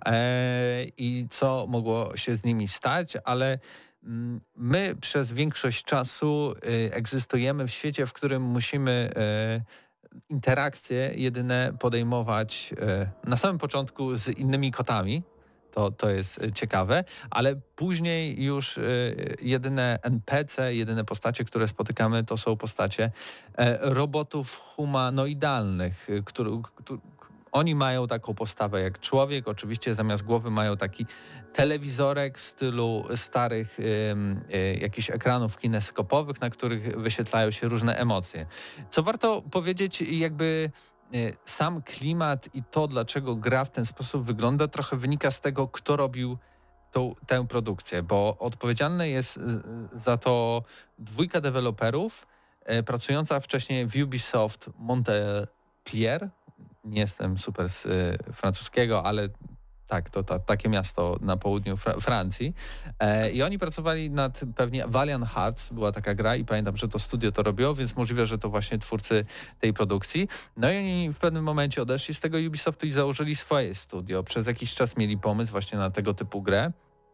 [SPEAKER 2] e, i co mogło się z nimi stać, ale mm, my przez większość czasu y, egzystujemy w świecie, w którym musimy y, interakcje jedyne podejmować y, na samym początku z innymi kotami. To, to jest ciekawe, ale później już y, jedyne N P C, jedyne postacie, które spotykamy, to są postacie e, robotów humanoidalnych, y, który, który, oni mają taką postawę jak człowiek, oczywiście zamiast głowy mają taki telewizorek w stylu starych y, y, jakichś ekranów kineskopowych, na których wyświetlają się różne emocje. Co warto powiedzieć, jakby sam klimat i to, dlaczego gra w ten sposób wygląda, trochę wynika z tego, kto robił tą, tę produkcję, bo odpowiedzialny jest za to dwójka deweloperów e, pracująca wcześniej w Ubisoft Montpellier. Nie jestem super z e, francuskiego, ale tak, to ta, takie miasto na południu Fra- Francji. E, I oni pracowali nad pewnie Valiant Hearts, była taka gra i pamiętam, że to studio to robiło, więc możliwe, że to właśnie twórcy tej produkcji. No i oni w pewnym momencie odeszli z tego Ubisoftu i założyli swoje studio. Przez jakiś czas mieli pomysł właśnie na tego typu grę.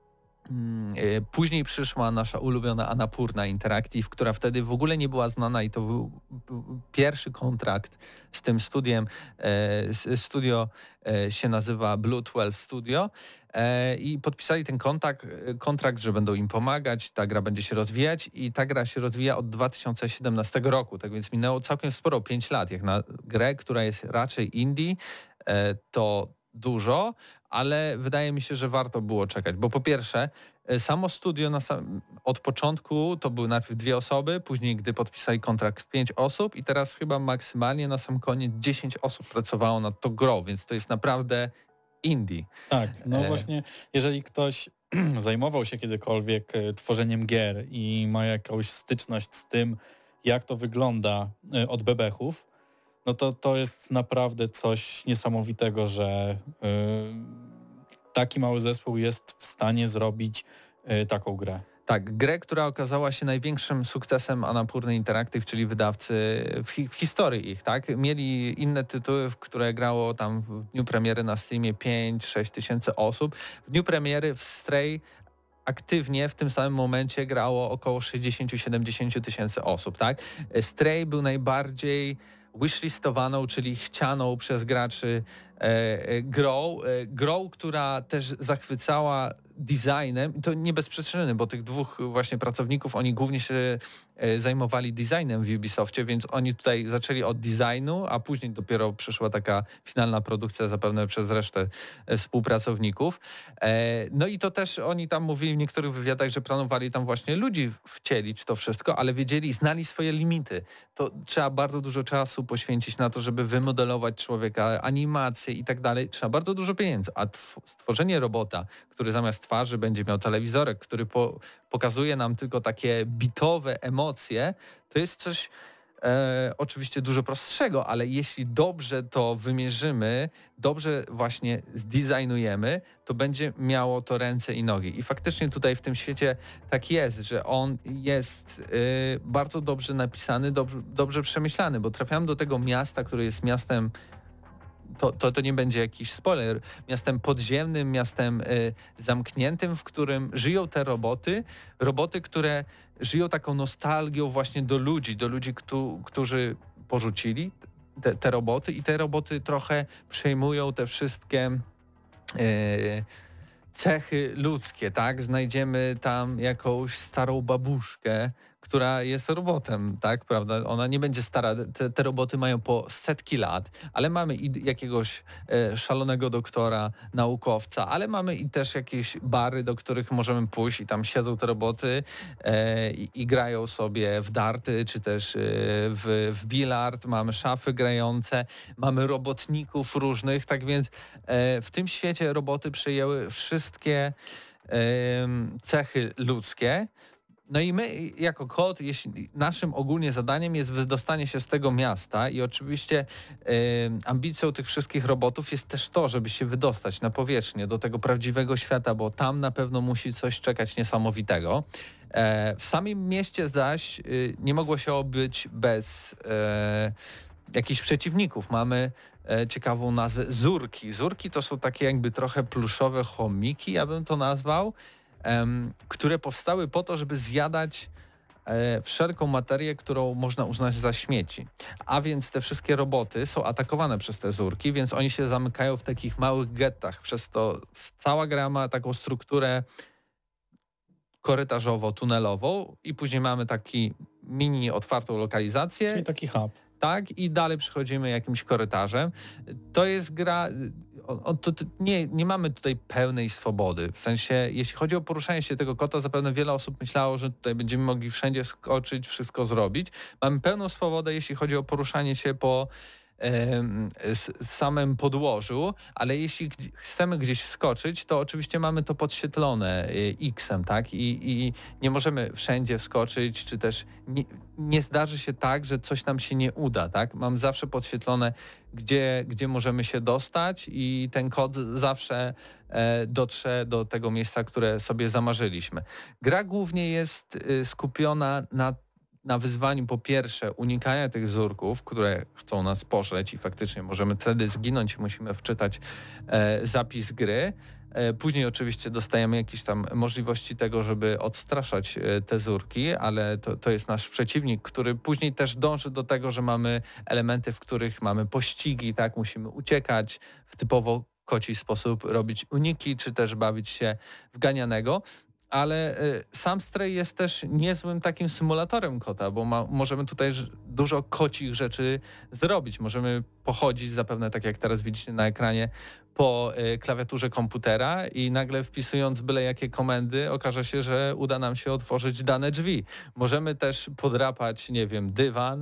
[SPEAKER 2] Później przyszła nasza ulubiona Annapurna Interactive, która wtedy w ogóle nie była znana i to był pierwszy kontrakt z tym studiem. Studio się nazywa Blue dwanaście Studio i podpisali ten kontrakt, kontrakt, że będą im pomagać, ta gra będzie się rozwijać i ta gra się rozwija od dwa tysiące siedemnastego roku, tak więc minęło całkiem sporo, pięć lat, jak na grę, która jest raczej indie, to dużo, ale wydaje mi się, że warto było czekać, bo po pierwsze samo studio na sam, od początku to były najpierw dwie osoby, później gdy podpisali kontrakt pięć osób i teraz chyba maksymalnie na sam koniec dziesięć osób pracowało nad tą grą, więc to jest naprawdę indie.
[SPEAKER 3] Tak, no
[SPEAKER 2] E...
[SPEAKER 3] właśnie, jeżeli ktoś zajmował się kiedykolwiek tworzeniem gier i ma jakąś styczność z tym, jak to wygląda od bebechów, no to to jest naprawdę coś niesamowitego, że y, taki mały zespół jest w stanie zrobić y, taką grę.
[SPEAKER 2] Tak, grę, która okazała się największym sukcesem Annapurny Interactive, czyli wydawcy w, hi- w historii ich, tak? Mieli inne tytuły, w które grało tam w dniu premiery na Steamie pięć sześć tysięcy osób. W dniu premiery w Stray aktywnie w tym samym momencie grało około sześćdziesiąt siedemdziesiąt tysięcy osób, tak? Stray był najbardziej wishlistowaną, czyli chcianą przez graczy e, e, grą, e, grą, która też zachwycała designem, i to nie bez przyczyny, bo tych dwóch właśnie pracowników, oni głównie się zajmowali designem w Ubisoftie, więc oni tutaj zaczęli od designu, a później dopiero przyszła taka finalna produkcja zapewne przez resztę współpracowników. No i to też oni tam mówili w niektórych wywiadach, że planowali tam właśnie ludzi wcielić w to wszystko, ale wiedzieli, znali swoje limity. To trzeba bardzo dużo czasu poświęcić na to, żeby wymodelować człowieka, animacje i tak dalej. Trzeba bardzo dużo pieniędzy, a stworzenie robota, który zamiast twarzy będzie miał telewizorek, który po, pokazuje nam tylko takie bitowe emocje, to jest coś e, oczywiście dużo prostszego, ale jeśli dobrze to wymierzymy, dobrze właśnie zdesignujemy, to będzie miało to ręce i nogi. I faktycznie tutaj w tym świecie tak jest, że on jest y, bardzo dobrze napisany, dobrze, dobrze przemyślany, bo trafiamy do tego miasta, które jest miastem, to, to, to nie będzie jakiś spoiler, miastem podziemnym, miastem y, zamkniętym, w którym żyją te roboty, roboty, które żyją taką nostalgią właśnie do ludzi, do ludzi, któ, którzy porzucili te, te roboty i te roboty trochę przejmują te wszystkie y, cechy ludzkie, tak? Znajdziemy tam jakąś starą babuszkę, która jest robotem, tak, prawda? Ona nie będzie stara, te, te roboty mają po setki lat, ale mamy i jakiegoś e, szalonego doktora, naukowca, ale mamy i też jakieś bary, do których możemy pójść i tam siedzą te roboty e, i, i grają sobie w darty, czy też e, w, w bilard, mamy szafy grające, mamy robotników różnych, tak więc e, w tym świecie roboty przyjęły wszystkie e, cechy ludzkie. No i my jako kod, jeśli naszym ogólnie zadaniem jest wydostanie się z tego miasta i oczywiście y, ambicją tych wszystkich robotów jest też to, żeby się wydostać na powierzchnię do tego prawdziwego świata, bo tam na pewno musi coś czekać niesamowitego. E, w samym mieście zaś y, nie mogło się obyć bez e, jakichś przeciwników. Mamy e, ciekawą nazwę Zurki. Zurki to są takie jakby trochę pluszowe chomiki, ja bym to nazwał, Um, które powstały po to, żeby zjadać e, wszelką materię, którą można uznać za śmieci. A więc te wszystkie roboty są atakowane przez te zurki, więc oni się zamykają w takich małych gettach. Przez to cała gra ma taką strukturę korytarzowo-tunelową i później mamy taki mini otwartą lokalizację.
[SPEAKER 3] Czyli taki hub.
[SPEAKER 2] Tak, i dalej przechodzimy jakimś korytarzem. To jest gra, o, o, to, to nie, nie mamy tutaj pełnej swobody. W sensie, jeśli chodzi o poruszanie się tego kota, zapewne wiele osób myślało, że tutaj będziemy mogli wszędzie skoczyć, wszystko zrobić. Mamy pełną swobodę, jeśli chodzi o poruszanie się po z samym podłożu, ale jeśli chcemy gdzieś wskoczyć, to oczywiście mamy to podświetlone X-em, tak? I, i nie możemy wszędzie wskoczyć, czy też nie, nie zdarzy się tak, że coś nam się nie uda, tak? Mam zawsze podświetlone, gdzie, gdzie możemy się dostać i ten kod zawsze e, dotrze do tego miejsca, które sobie zamarzyliśmy. Gra głównie jest y, skupiona na na wyzwaniu po pierwsze unikania tych zurków, które chcą nas pożreć i faktycznie możemy wtedy zginąć i musimy wczytać e, zapis gry. E, później oczywiście dostajemy jakieś tam możliwości tego, żeby odstraszać e, te zurki, ale to, to jest nasz przeciwnik, który później też dąży do tego, że mamy elementy, w których mamy pościgi, tak, musimy uciekać w typowo koci sposób, robić uniki, czy też bawić się w ganianego. Ale y, sam Stray jest też niezłym takim symulatorem kota, bo ma, możemy tutaj dużo kocich rzeczy zrobić. Możemy pochodzić zapewne, tak jak teraz widzicie na ekranie, po y, klawiaturze komputera i nagle wpisując byle jakie komendy okaże się, że uda nam się otworzyć dane drzwi. Możemy też podrapać, nie wiem, dywan, y,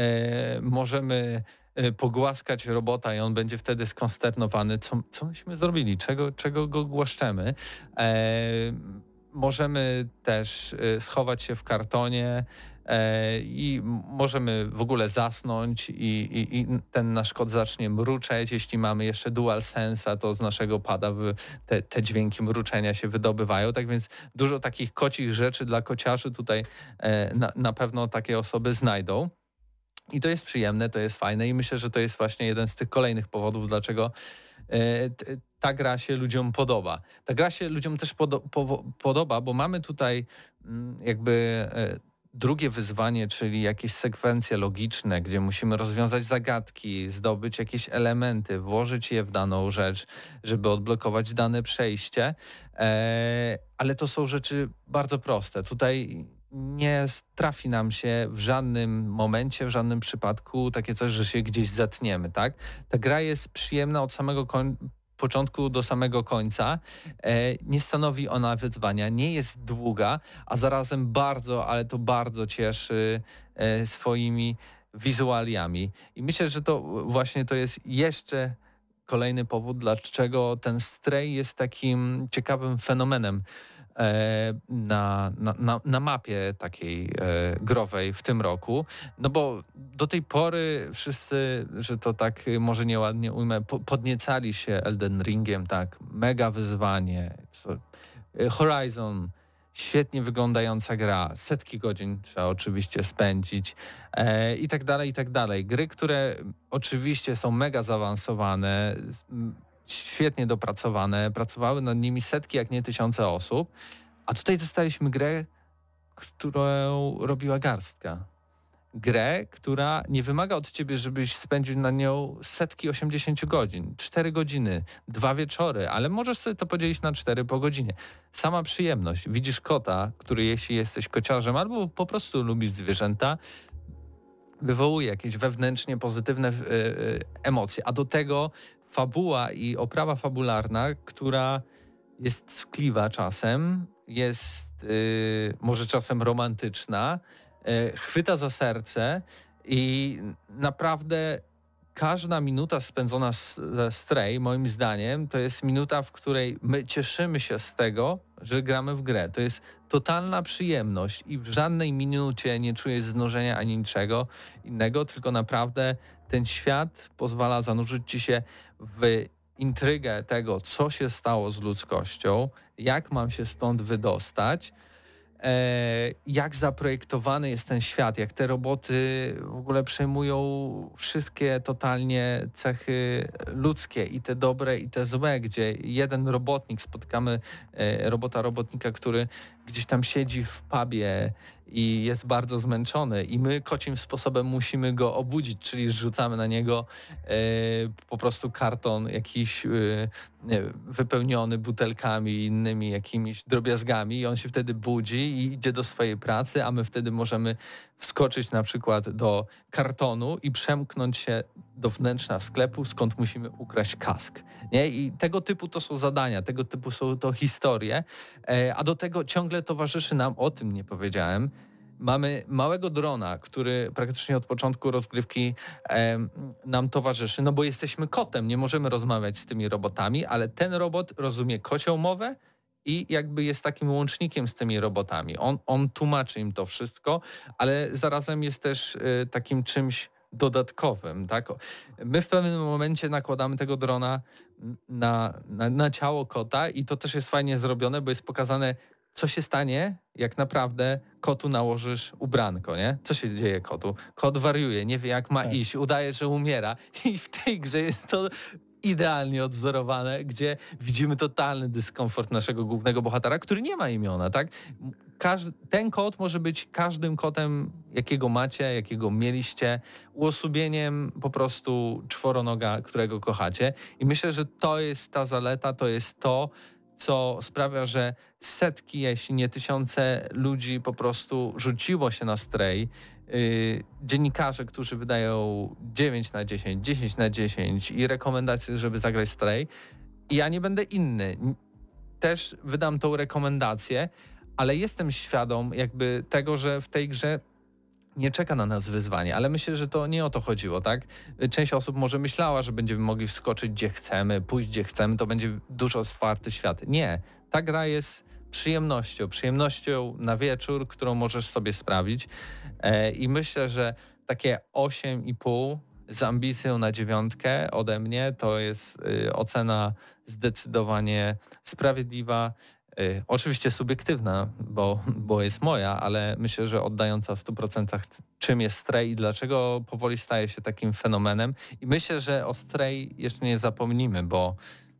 [SPEAKER 2] możemy y, pogłaskać robota i on będzie wtedy skonsternowany. Co, co myśmy zrobili? Czego, czego go głaszczemy? E, Możemy też schować się w kartonie i możemy w ogóle zasnąć i, i, i ten nasz kot zacznie mruczeć. Jeśli mamy jeszcze DualSense'a, to z naszego pada te, te dźwięki mruczenia się wydobywają. Tak więc dużo takich kocich rzeczy dla kociarzy tutaj na, na pewno takie osoby znajdą. I to jest przyjemne, to jest fajne i myślę, że to jest właśnie jeden z tych kolejnych powodów, dlaczego ta gra się ludziom podoba. Ta gra się ludziom też podo- po- podoba, bo mamy tutaj jakby drugie wyzwanie, czyli jakieś sekwencje logiczne, gdzie musimy rozwiązać zagadki, zdobyć jakieś elementy, włożyć je w daną rzecz, żeby odblokować dane przejście. Ale to są rzeczy bardzo proste. Tutaj nie trafi nam się w żadnym momencie, w żadnym przypadku takie coś, że się gdzieś zatniemy, tak? Ta gra jest przyjemna od samego koń- początku do samego końca. E, nie stanowi ona wyzwania, nie jest długa, a zarazem bardzo, ale to bardzo cieszy e, swoimi wizualiami. I myślę, że to właśnie to jest jeszcze kolejny powód, dlaczego ten Stray jest takim ciekawym fenomenem na, na, na, na mapie takiej e, growej w tym roku, no bo do tej pory wszyscy, że to tak może nieładnie ujmę, po, podniecali się Elden Ringiem, tak, mega wyzwanie, co, Horizon, świetnie wyglądająca gra, setki godzin trzeba oczywiście spędzić e, i tak dalej, i tak dalej. Gry, które oczywiście są mega zaawansowane, świetnie dopracowane, pracowały nad nimi setki, jak nie tysiące osób, a tutaj dostaliśmy grę, którą robiła garstka. Grę, która nie wymaga od ciebie, żebyś spędził na nią setki osiemdziesiąt godzin, cztery godziny, dwa wieczory, ale możesz sobie to podzielić na cztery po godzinie. Sama przyjemność. Widzisz kota, który jeśli jesteś kociarzem albo po prostu lubisz zwierzęta, wywołuje jakieś wewnętrznie pozytywne y, y, emocje, a do tego fabuła i oprawa fabularna, która jest tkliwa czasem, jest y, może czasem romantyczna, y, chwyta za serce i naprawdę każda minuta spędzona ze Stray, moim zdaniem, to jest minuta, w której my cieszymy się z tego, że gramy w grę. To jest totalna przyjemność i w żadnej minucie nie czuję znużenia ani niczego innego, tylko naprawdę ten świat pozwala zanurzyć ci się w intrygę tego, co się stało z ludzkością, jak mam się stąd wydostać, e, jak zaprojektowany jest ten świat, jak te roboty w ogóle przejmują wszystkie totalnie cechy ludzkie, i te dobre, i te złe, gdzie jeden robotnik, spotykamy e, robota robotnika, który gdzieś tam siedzi w pubie i jest bardzo zmęczony i my kocim sposobem musimy go obudzić, czyli rzucamy na niego e, po prostu karton jakiś e, nie, wypełniony butelkami i innymi jakimiś drobiazgami i on się wtedy budzi i idzie do swojej pracy, a my wtedy możemy wskoczyć na przykład do kartonu i przemknąć się do wnętrza sklepu, skąd musimy ukraść kask. Nie? I tego typu to są zadania, tego typu są to historie, e, a do tego ciągle towarzyszy nam, o tym nie powiedziałem, mamy małego drona, który praktycznie od początku rozgrywki e, nam towarzyszy, no bo jesteśmy kotem, nie możemy rozmawiać z tymi robotami, ale ten robot rozumie kocią mowę i jakby jest takim łącznikiem z tymi robotami. On, on tłumaczy im to wszystko, ale zarazem jest też e, takim czymś dodatkowym. Tak? My w pewnym momencie nakładamy tego drona na, na, na ciało kota i to też jest fajnie zrobione, bo jest pokazane, co się stanie, jak naprawdę kotu nałożysz ubranko, nie? Co się dzieje kotu? Kot wariuje, nie wie jak ma tak. iść, udaje, że umiera i w tej grze jest to idealnie odzorowane, gdzie widzimy totalny dyskomfort naszego głównego bohatera, który nie ma imiona, tak? Każdy, ten kot może być każdym kotem, jakiego macie, jakiego mieliście, uosobieniem po prostu czworonoga, którego kochacie. I myślę, że to jest ta zaleta, to jest to, co sprawia, że setki, jeśli nie tysiące ludzi po prostu rzuciło się na Stray. Yy, dziennikarze, którzy wydają dziewięć na dziesięć, dziesięć na dziesięć i rekomendacje, żeby zagrać Stray. I ja nie będę inny. Też wydam tą rekomendację, ale jestem świadom jakby tego, że w tej grze nie czeka na nas wyzwanie, ale myślę, że to nie o to chodziło, tak? Część osób może myślała, że będziemy mogli wskoczyć gdzie chcemy, pójść gdzie chcemy, to będzie dużo otwarty świat. Nie, ta gra jest przyjemnością, przyjemnością na wieczór, którą możesz sobie sprawić e, i myślę, że takie osiem i pół z ambicją na dziewiątkę ode mnie to jest y, ocena zdecydowanie sprawiedliwa. Y, oczywiście subiektywna, bo, bo jest moja, ale myślę, że oddająca w stu procentach czym jest Stray i dlaczego powoli staje się takim fenomenem. I myślę, że o Stray jeszcze nie zapomnimy, bo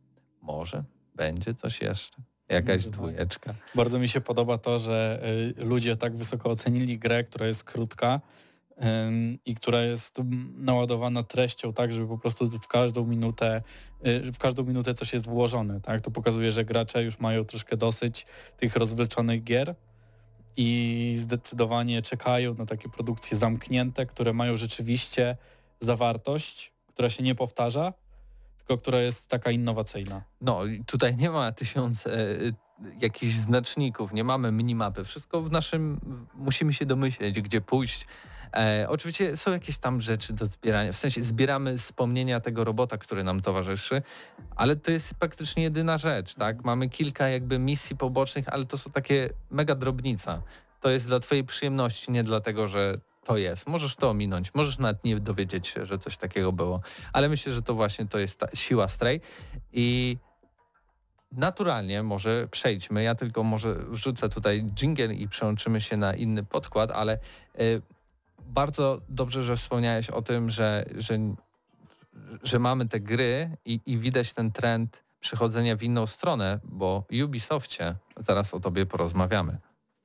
[SPEAKER 2] może będzie coś jeszcze. Jakaś dwójeczka.
[SPEAKER 3] Bardzo mi się podoba to, że y, ludzie tak wysoko ocenili grę, która jest krótka y, i która jest naładowana treścią tak, żeby po prostu w każdą minutę y, w każdą minutę coś jest włożone. Tak? To pokazuje, że gracze już mają troszkę dosyć tych rozwleczonych gier i zdecydowanie czekają na takie produkcje zamknięte, które mają rzeczywiście zawartość, która się nie powtarza, tylko która jest taka innowacyjna.
[SPEAKER 2] No i tutaj nie ma tysiąc e, jakichś znaczników, nie mamy minimapy, wszystko w naszym, musimy się domyśleć, gdzie pójść. E, oczywiście są jakieś tam rzeczy do zbierania, w sensie zbieramy wspomnienia tego robota, który nam towarzyszy, ale to jest praktycznie jedyna rzecz, tak? Mamy kilka jakby misji pobocznych, ale to są takie mega drobnica. To jest dla twojej przyjemności, nie dlatego, że to jest. Możesz to ominąć, możesz nawet nie dowiedzieć się, że coś takiego było, ale myślę, że to właśnie to jest ta siła Stray i naturalnie może przejdźmy, ja tylko może wrzucę tutaj dżingiel i przełączymy się na inny podkład, ale y, bardzo dobrze, że wspomniałeś o tym, że, że, że mamy te gry i, i widać ten trend przechodzenia w inną stronę, bo w Ubisoftie zaraz o tobie porozmawiamy.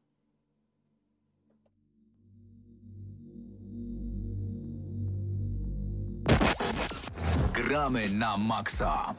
[SPEAKER 4] Gramy na maksa.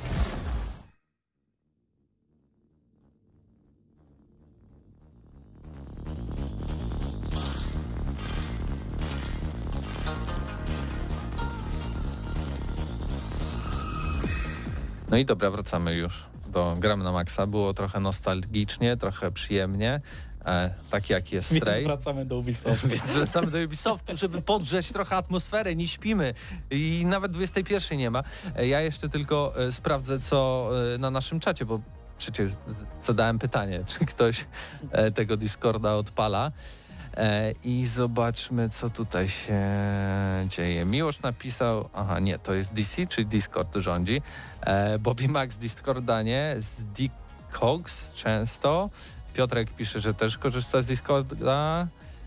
[SPEAKER 2] No i dobra, wracamy już do Gramy na maksa. Było trochę nostalgicznie, trochę przyjemnie, e, tak jak jest Stray.
[SPEAKER 3] Więc wracamy do Ubisoftu.
[SPEAKER 2] Więc wracamy do Ubisoftu, żeby podgrzeć trochę atmosferę, nie śpimy i nawet dwudziestej pierwszej nie ma. E, ja jeszcze tylko e, sprawdzę, co e, na naszym czacie, bo przecież zadałem pytanie, czy ktoś e, tego Discorda odpala. E, I zobaczmy, co tutaj się dzieje. Miłosz napisał, aha nie, to jest D C, czyli Discord rządzi. E, Bobby Max Discorda nie, z Dicogs często. Piotrek pisze, że też korzysta z Discorda.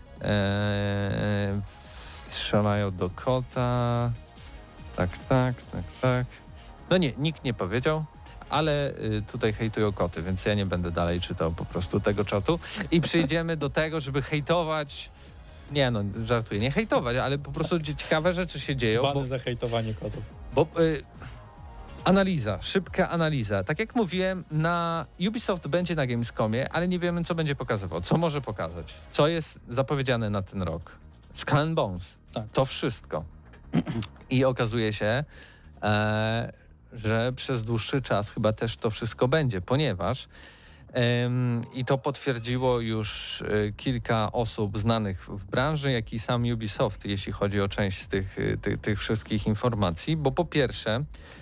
[SPEAKER 2] E, strzelają do kota. Tak, tak, tak, tak. No nie, nikt nie powiedział. Ale y, tutaj hejtują koty, więc ja nie będę dalej czytał po prostu tego czatu. I przejdziemy do tego, żeby hejtować, nie no, żartuję, nie hejtować, ale po prostu ciekawe rzeczy się dzieją.
[SPEAKER 3] Bany
[SPEAKER 2] Bo,
[SPEAKER 3] za hejtowanie kotów.
[SPEAKER 2] bo y, analiza, szybka analiza. Tak jak mówiłem, na Ubisoft będzie na Gamescomie, ale nie wiemy, co będzie pokazywał, co może pokazać, co jest zapowiedziane na ten rok. Skull and Bones,
[SPEAKER 3] Tak.
[SPEAKER 2] to wszystko. I okazuje się, e, że przez dłuższy czas chyba też to wszystko będzie, ponieważ ym, i to potwierdziło już y, kilka osób znanych w branży, jak i sam Ubisoft, jeśli chodzi o część z tych, y, ty, tych wszystkich informacji, bo po pierwsze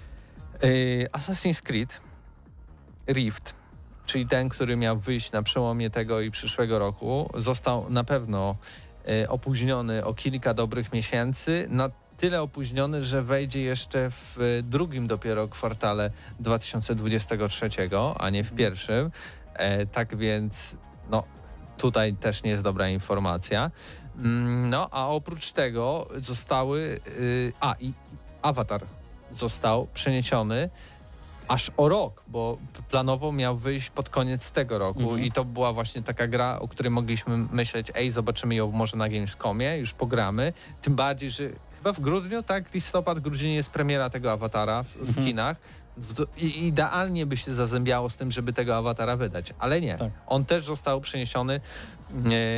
[SPEAKER 2] y, Assassin's Creed Rift, czyli ten, który miał wyjść na przełomie tego i przyszłego roku, został na pewno y, opóźniony o kilka dobrych miesięcy, na tyle opóźniony, że wejdzie jeszcze w drugim dopiero kwartale dwa tysiące dwudziestego trzeciego, a nie w pierwszym. E, tak więc no tutaj też nie jest dobra informacja. Mm, no a oprócz tego zostały... Y, a i Avatar został przeniesiony aż o rok, bo planowo miał wyjść pod koniec tego roku
[SPEAKER 3] Mhm.
[SPEAKER 2] i to była właśnie taka gra, o której mogliśmy myśleć, ej, zobaczymy ją może na Gamescomie, już pogramy, tym bardziej, że chyba w grudniu, tak, listopad, grudzień jest premiera tego Awatara w, w
[SPEAKER 3] Mhm.
[SPEAKER 2] kinach. To i- idealnie by się zazębiało z tym, żeby tego Awatara wydać, ale nie.
[SPEAKER 3] Tak.
[SPEAKER 2] On też został przeniesiony e,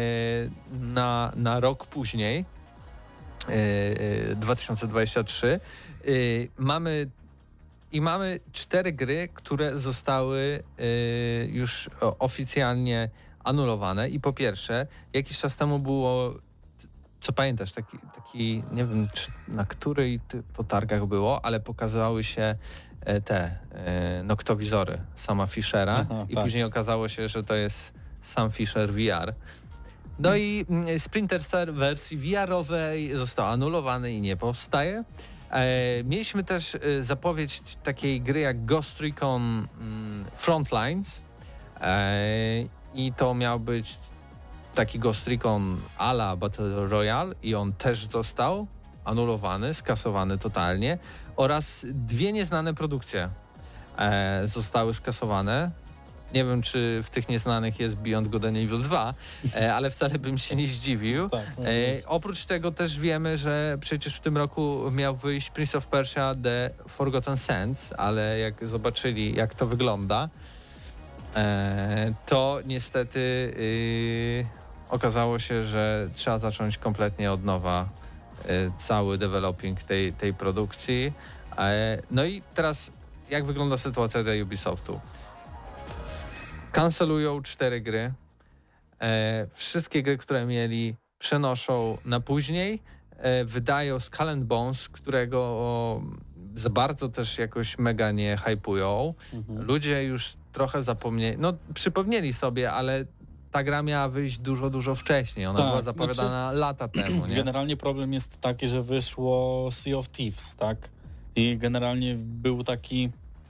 [SPEAKER 2] na, na rok później, e, e, dwa tysiące dwudziesty trzeci. E, mamy i mamy cztery gry, które zostały e, już o, oficjalnie anulowane i po pierwsze, jakiś czas temu było, co pamiętasz, taki, taki nie wiem czy na której ty- to targach było, ale pokazywały się e, te e, noktowizory sama Fischera
[SPEAKER 3] Aha,
[SPEAKER 2] i
[SPEAKER 3] tak.
[SPEAKER 2] później okazało się, że to jest sam Fischer V R. No i mm, Splinter Cell w wersji V R-owej został anulowany i nie powstaje. E, mieliśmy też e, zapowiedź takiej gry jak Ghost Recon mm, Frontlines e, i to miał być taki Ghost Recon a la Battle Royale i on też został anulowany, skasowany totalnie oraz dwie nieznane produkcje e, zostały skasowane. Nie wiem, czy w tych nieznanych jest Beyond Good and Evil dwa, e, ale wcale bym się nie zdziwił.
[SPEAKER 3] Tak, no
[SPEAKER 2] E,
[SPEAKER 3] wiesz.
[SPEAKER 2] oprócz tego też wiemy, że przecież w tym roku miał wyjść Prince of Persia The Forgotten Sands, ale jak zobaczyli, jak to wygląda, e, to niestety yy, okazało się, że trzeba zacząć kompletnie od nowa yy, cały developing tej, tej produkcji. E, no i teraz jak wygląda sytuacja dla Ubisoftu? Kancelują cztery gry. E, wszystkie gry, które mieli, przenoszą na później. E, wydają Skull and Bones, którego o, za bardzo też jakoś mega nie hypują. Mhm. Ludzie już trochę zapomnieli, no przypomnieli sobie, ale ta gra miała wyjść dużo, dużo wcześniej. Ona
[SPEAKER 3] tak,
[SPEAKER 2] była zapowiadana znaczy, lata temu. Nie?
[SPEAKER 3] Generalnie problem jest taki, że wyszło Sea of Thieves, tak? I generalnie był taki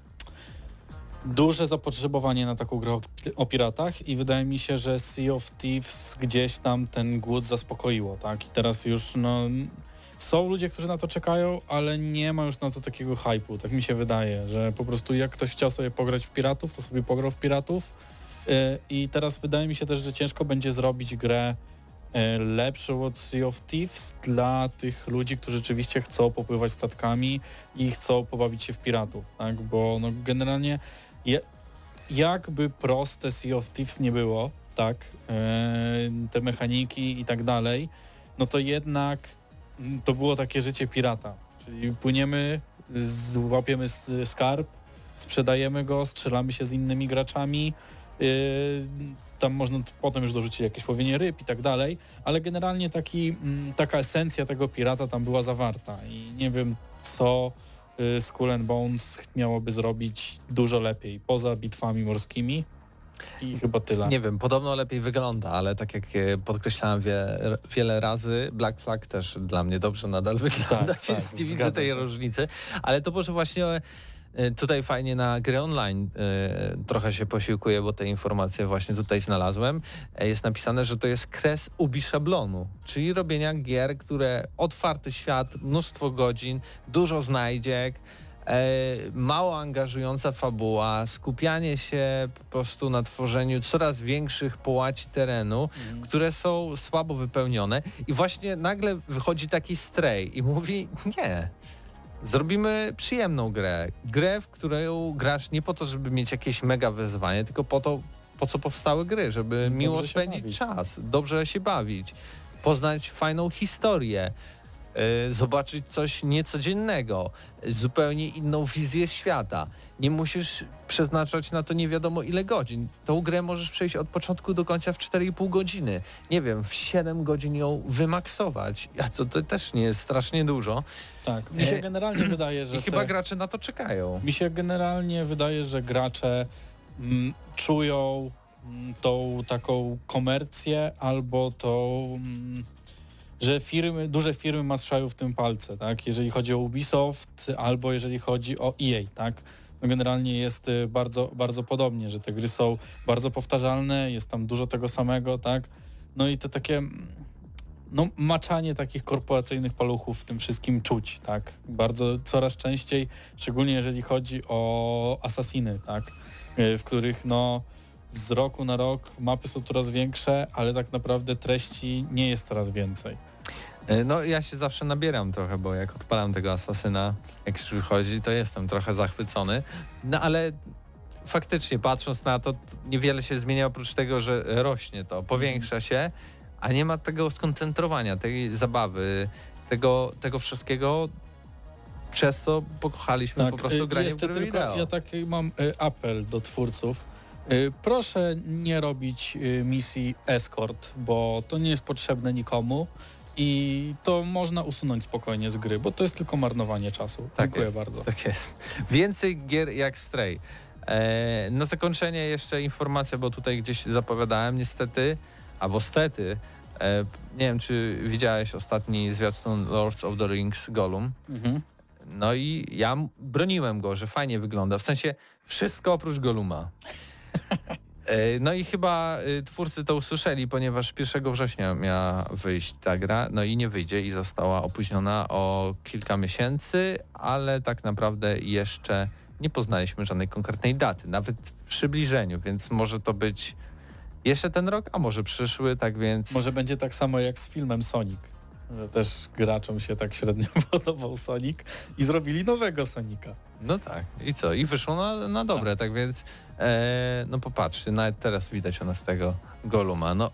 [SPEAKER 3] duże zapotrzebowanie na taką grę o, o piratach i wydaje mi się, że Sea of Thieves gdzieś tam ten głód zaspokoiło, tak? I teraz już no są ludzie, którzy na to czekają, ale nie ma już na to takiego hype'u, tak mi się wydaje, że po prostu jak ktoś chciał sobie pograć w piratów, to sobie pograł w piratów yy, i teraz wydaje mi się też, że ciężko będzie zrobić grę yy, lepszą od Sea of Thieves dla tych ludzi, którzy rzeczywiście chcą popływać statkami i chcą pobawić się w piratów, tak? Bo no generalnie je, jakby proste Sea of Thieves nie było, tak, yy, te mechaniki i tak dalej, no to jednak to było takie życie pirata, czyli płyniemy, złapiemy skarb, sprzedajemy go, strzelamy się z innymi graczami, yy, tam można potem już dorzucić jakieś łowienie ryb i tak dalej, ale generalnie taki, m, taka esencja tego pirata tam była zawarta i nie wiem co yy, Skull and Bones miałoby zrobić dużo lepiej, poza bitwami morskimi. I chyba tyle.
[SPEAKER 2] Nie wiem, podobno lepiej wygląda, ale tak jak podkreślałem wie, wiele razy, Black Flag też dla mnie dobrze nadal wygląda,
[SPEAKER 3] tak,
[SPEAKER 2] więc
[SPEAKER 3] tak,
[SPEAKER 2] nie widzę tej
[SPEAKER 3] się.
[SPEAKER 2] różnicy. Ale to może właśnie tutaj fajnie na gry online y, trochę się posiłkuję, bo te informacje właśnie tutaj znalazłem. Jest napisane, że to jest kres ubi szablonu, czyli robienia gier, które otwarty świat, mnóstwo godzin, dużo znajdziek, mało angażująca fabuła, skupianie się po prostu na tworzeniu coraz większych połaci terenu, mm. które są słabo wypełnione i właśnie nagle wychodzi taki Stray i mówi nie, zrobimy przyjemną grę, grę, w którą grasz nie po to, żeby mieć jakieś mega wyzwanie, tylko po to, po co powstały gry, żeby dobrze miło spędzić bawić. czas, dobrze się bawić, poznać fajną historię, zobaczyć coś niecodziennego, zupełnie inną wizję świata. Nie musisz przeznaczać na to nie wiadomo ile godzin. Tą grę możesz przejść od początku do końca w cztery i pół godziny. Nie wiem, w siedem godzin ją wymaksować. A to, to też nie jest strasznie dużo.
[SPEAKER 3] Tak, mi się generalnie wydaje, że...
[SPEAKER 2] I chyba te... gracze na to czekają.
[SPEAKER 3] Mi się generalnie wydaje, że gracze mm, czują mm, tą taką komercję albo tą... Mm, że firmy, duże firmy maczają w tym palce, tak? Jeżeli chodzi o Ubisoft albo jeżeli chodzi o E A, tak? No generalnie jest bardzo, bardzo podobnie, że te gry są bardzo powtarzalne, jest tam dużo tego samego, tak? No i to takie no, maczanie takich korporacyjnych paluchów w tym wszystkim czuć, tak? Bardzo coraz częściej, szczególnie jeżeli chodzi o Assassiny, tak? W których no z roku na rok mapy są coraz większe, ale tak naprawdę treści nie jest coraz więcej.
[SPEAKER 2] No ja się zawsze nabieram trochę, bo jak odpalam tego Asasyna, jak już chodzi, to jestem trochę zachwycony. No ale faktycznie patrząc na to, niewiele się zmienia oprócz tego, że rośnie to, powiększa się, a nie ma tego skoncentrowania, tej zabawy, tego, tego wszystkiego, przez co pokochaliśmy tak, po prostu granie w gry tylko wideo.
[SPEAKER 3] Ja taki mam y, apel do twórców. Y, proszę nie robić y, misji escort, bo to nie jest potrzebne nikomu i to można usunąć spokojnie z gry, bo to jest tylko marnowanie czasu.
[SPEAKER 2] Tak
[SPEAKER 3] Dziękuję
[SPEAKER 2] jest,
[SPEAKER 3] bardzo.
[SPEAKER 2] Tak jest. Więcej gier jak Stray. E, na zakończenie jeszcze informacja, bo tutaj gdzieś zapowiadałem niestety, albo stety, e, nie wiem czy widziałeś ostatni zwiastun Lords of the Rings Gollum. Mhm. No i ja broniłem go, że fajnie wygląda, w sensie wszystko oprócz Golluma. No i chyba twórcy to usłyszeli, ponieważ pierwszego września miała wyjść ta gra, no i nie wyjdzie i została opóźniona o kilka miesięcy, ale tak naprawdę jeszcze nie poznaliśmy żadnej konkretnej daty, nawet w przybliżeniu, więc może to być jeszcze ten rok, a może przyszły, tak więc...
[SPEAKER 3] Może będzie tak samo jak z filmem Sonic. że też graczom się tak średnio podobał Sonic i zrobili nowego Sonika.
[SPEAKER 2] No tak. I co? I wyszło na, na dobre, tak, tak więc e, no popatrzcie, nawet teraz widać u nas tego Goluma. No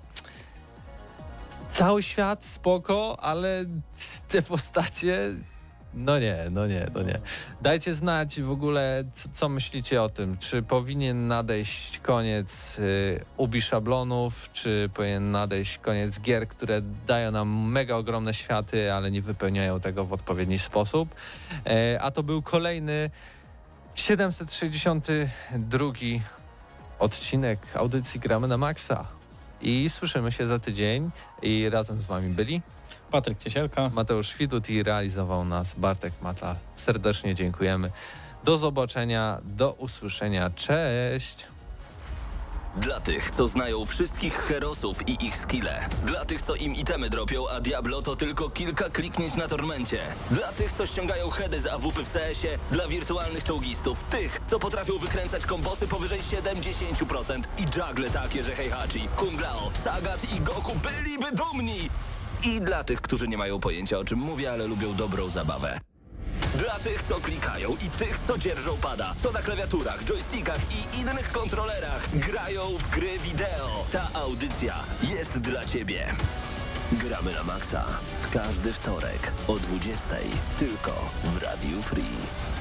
[SPEAKER 2] cały świat spoko, ale te postacie no nie, no nie, no nie. Dajcie znać w ogóle, co, co myślicie o tym. Czy powinien nadejść koniec y, ubi szablonów, czy powinien nadejść koniec gier, które dają nam mega ogromne światy, ale nie wypełniają tego w odpowiedni sposób. E, a to był kolejny siedemset sześćdziesiąty drugi odcinek audycji Gramy na Maxa. I słyszymy się za tydzień i razem z wami byli
[SPEAKER 3] Patryk Ciesielka,
[SPEAKER 2] Mateusz Widut i realizował nas Bartek Matla. Serdecznie dziękujemy. Do zobaczenia, do usłyszenia. Cześć!
[SPEAKER 1] Dla tych, co znają wszystkich herosów i ich skille. Dla tych, co im itemy dropią, a Diablo to tylko kilka kliknięć na tormencie. Dla tych, co ściągają heady z A W P w C S ie. Dla wirtualnych czołgistów. Tych, co potrafią wykręcać kombosy powyżej siedemdziesiąt procent. I juggle takie, że Heihachi, Kung Lao, Sagat i Goku byliby dumni. I dla tych, którzy nie mają pojęcia, o czym mówię, ale lubią dobrą zabawę. Dla tych, co klikają i tych, co dzierżą pada, co na klawiaturach, joystickach i innych kontrolerach grają w gry wideo. Ta audycja jest dla Ciebie. Gramy na Maxa w każdy wtorek o dwudziestej tylko w Radiu Free.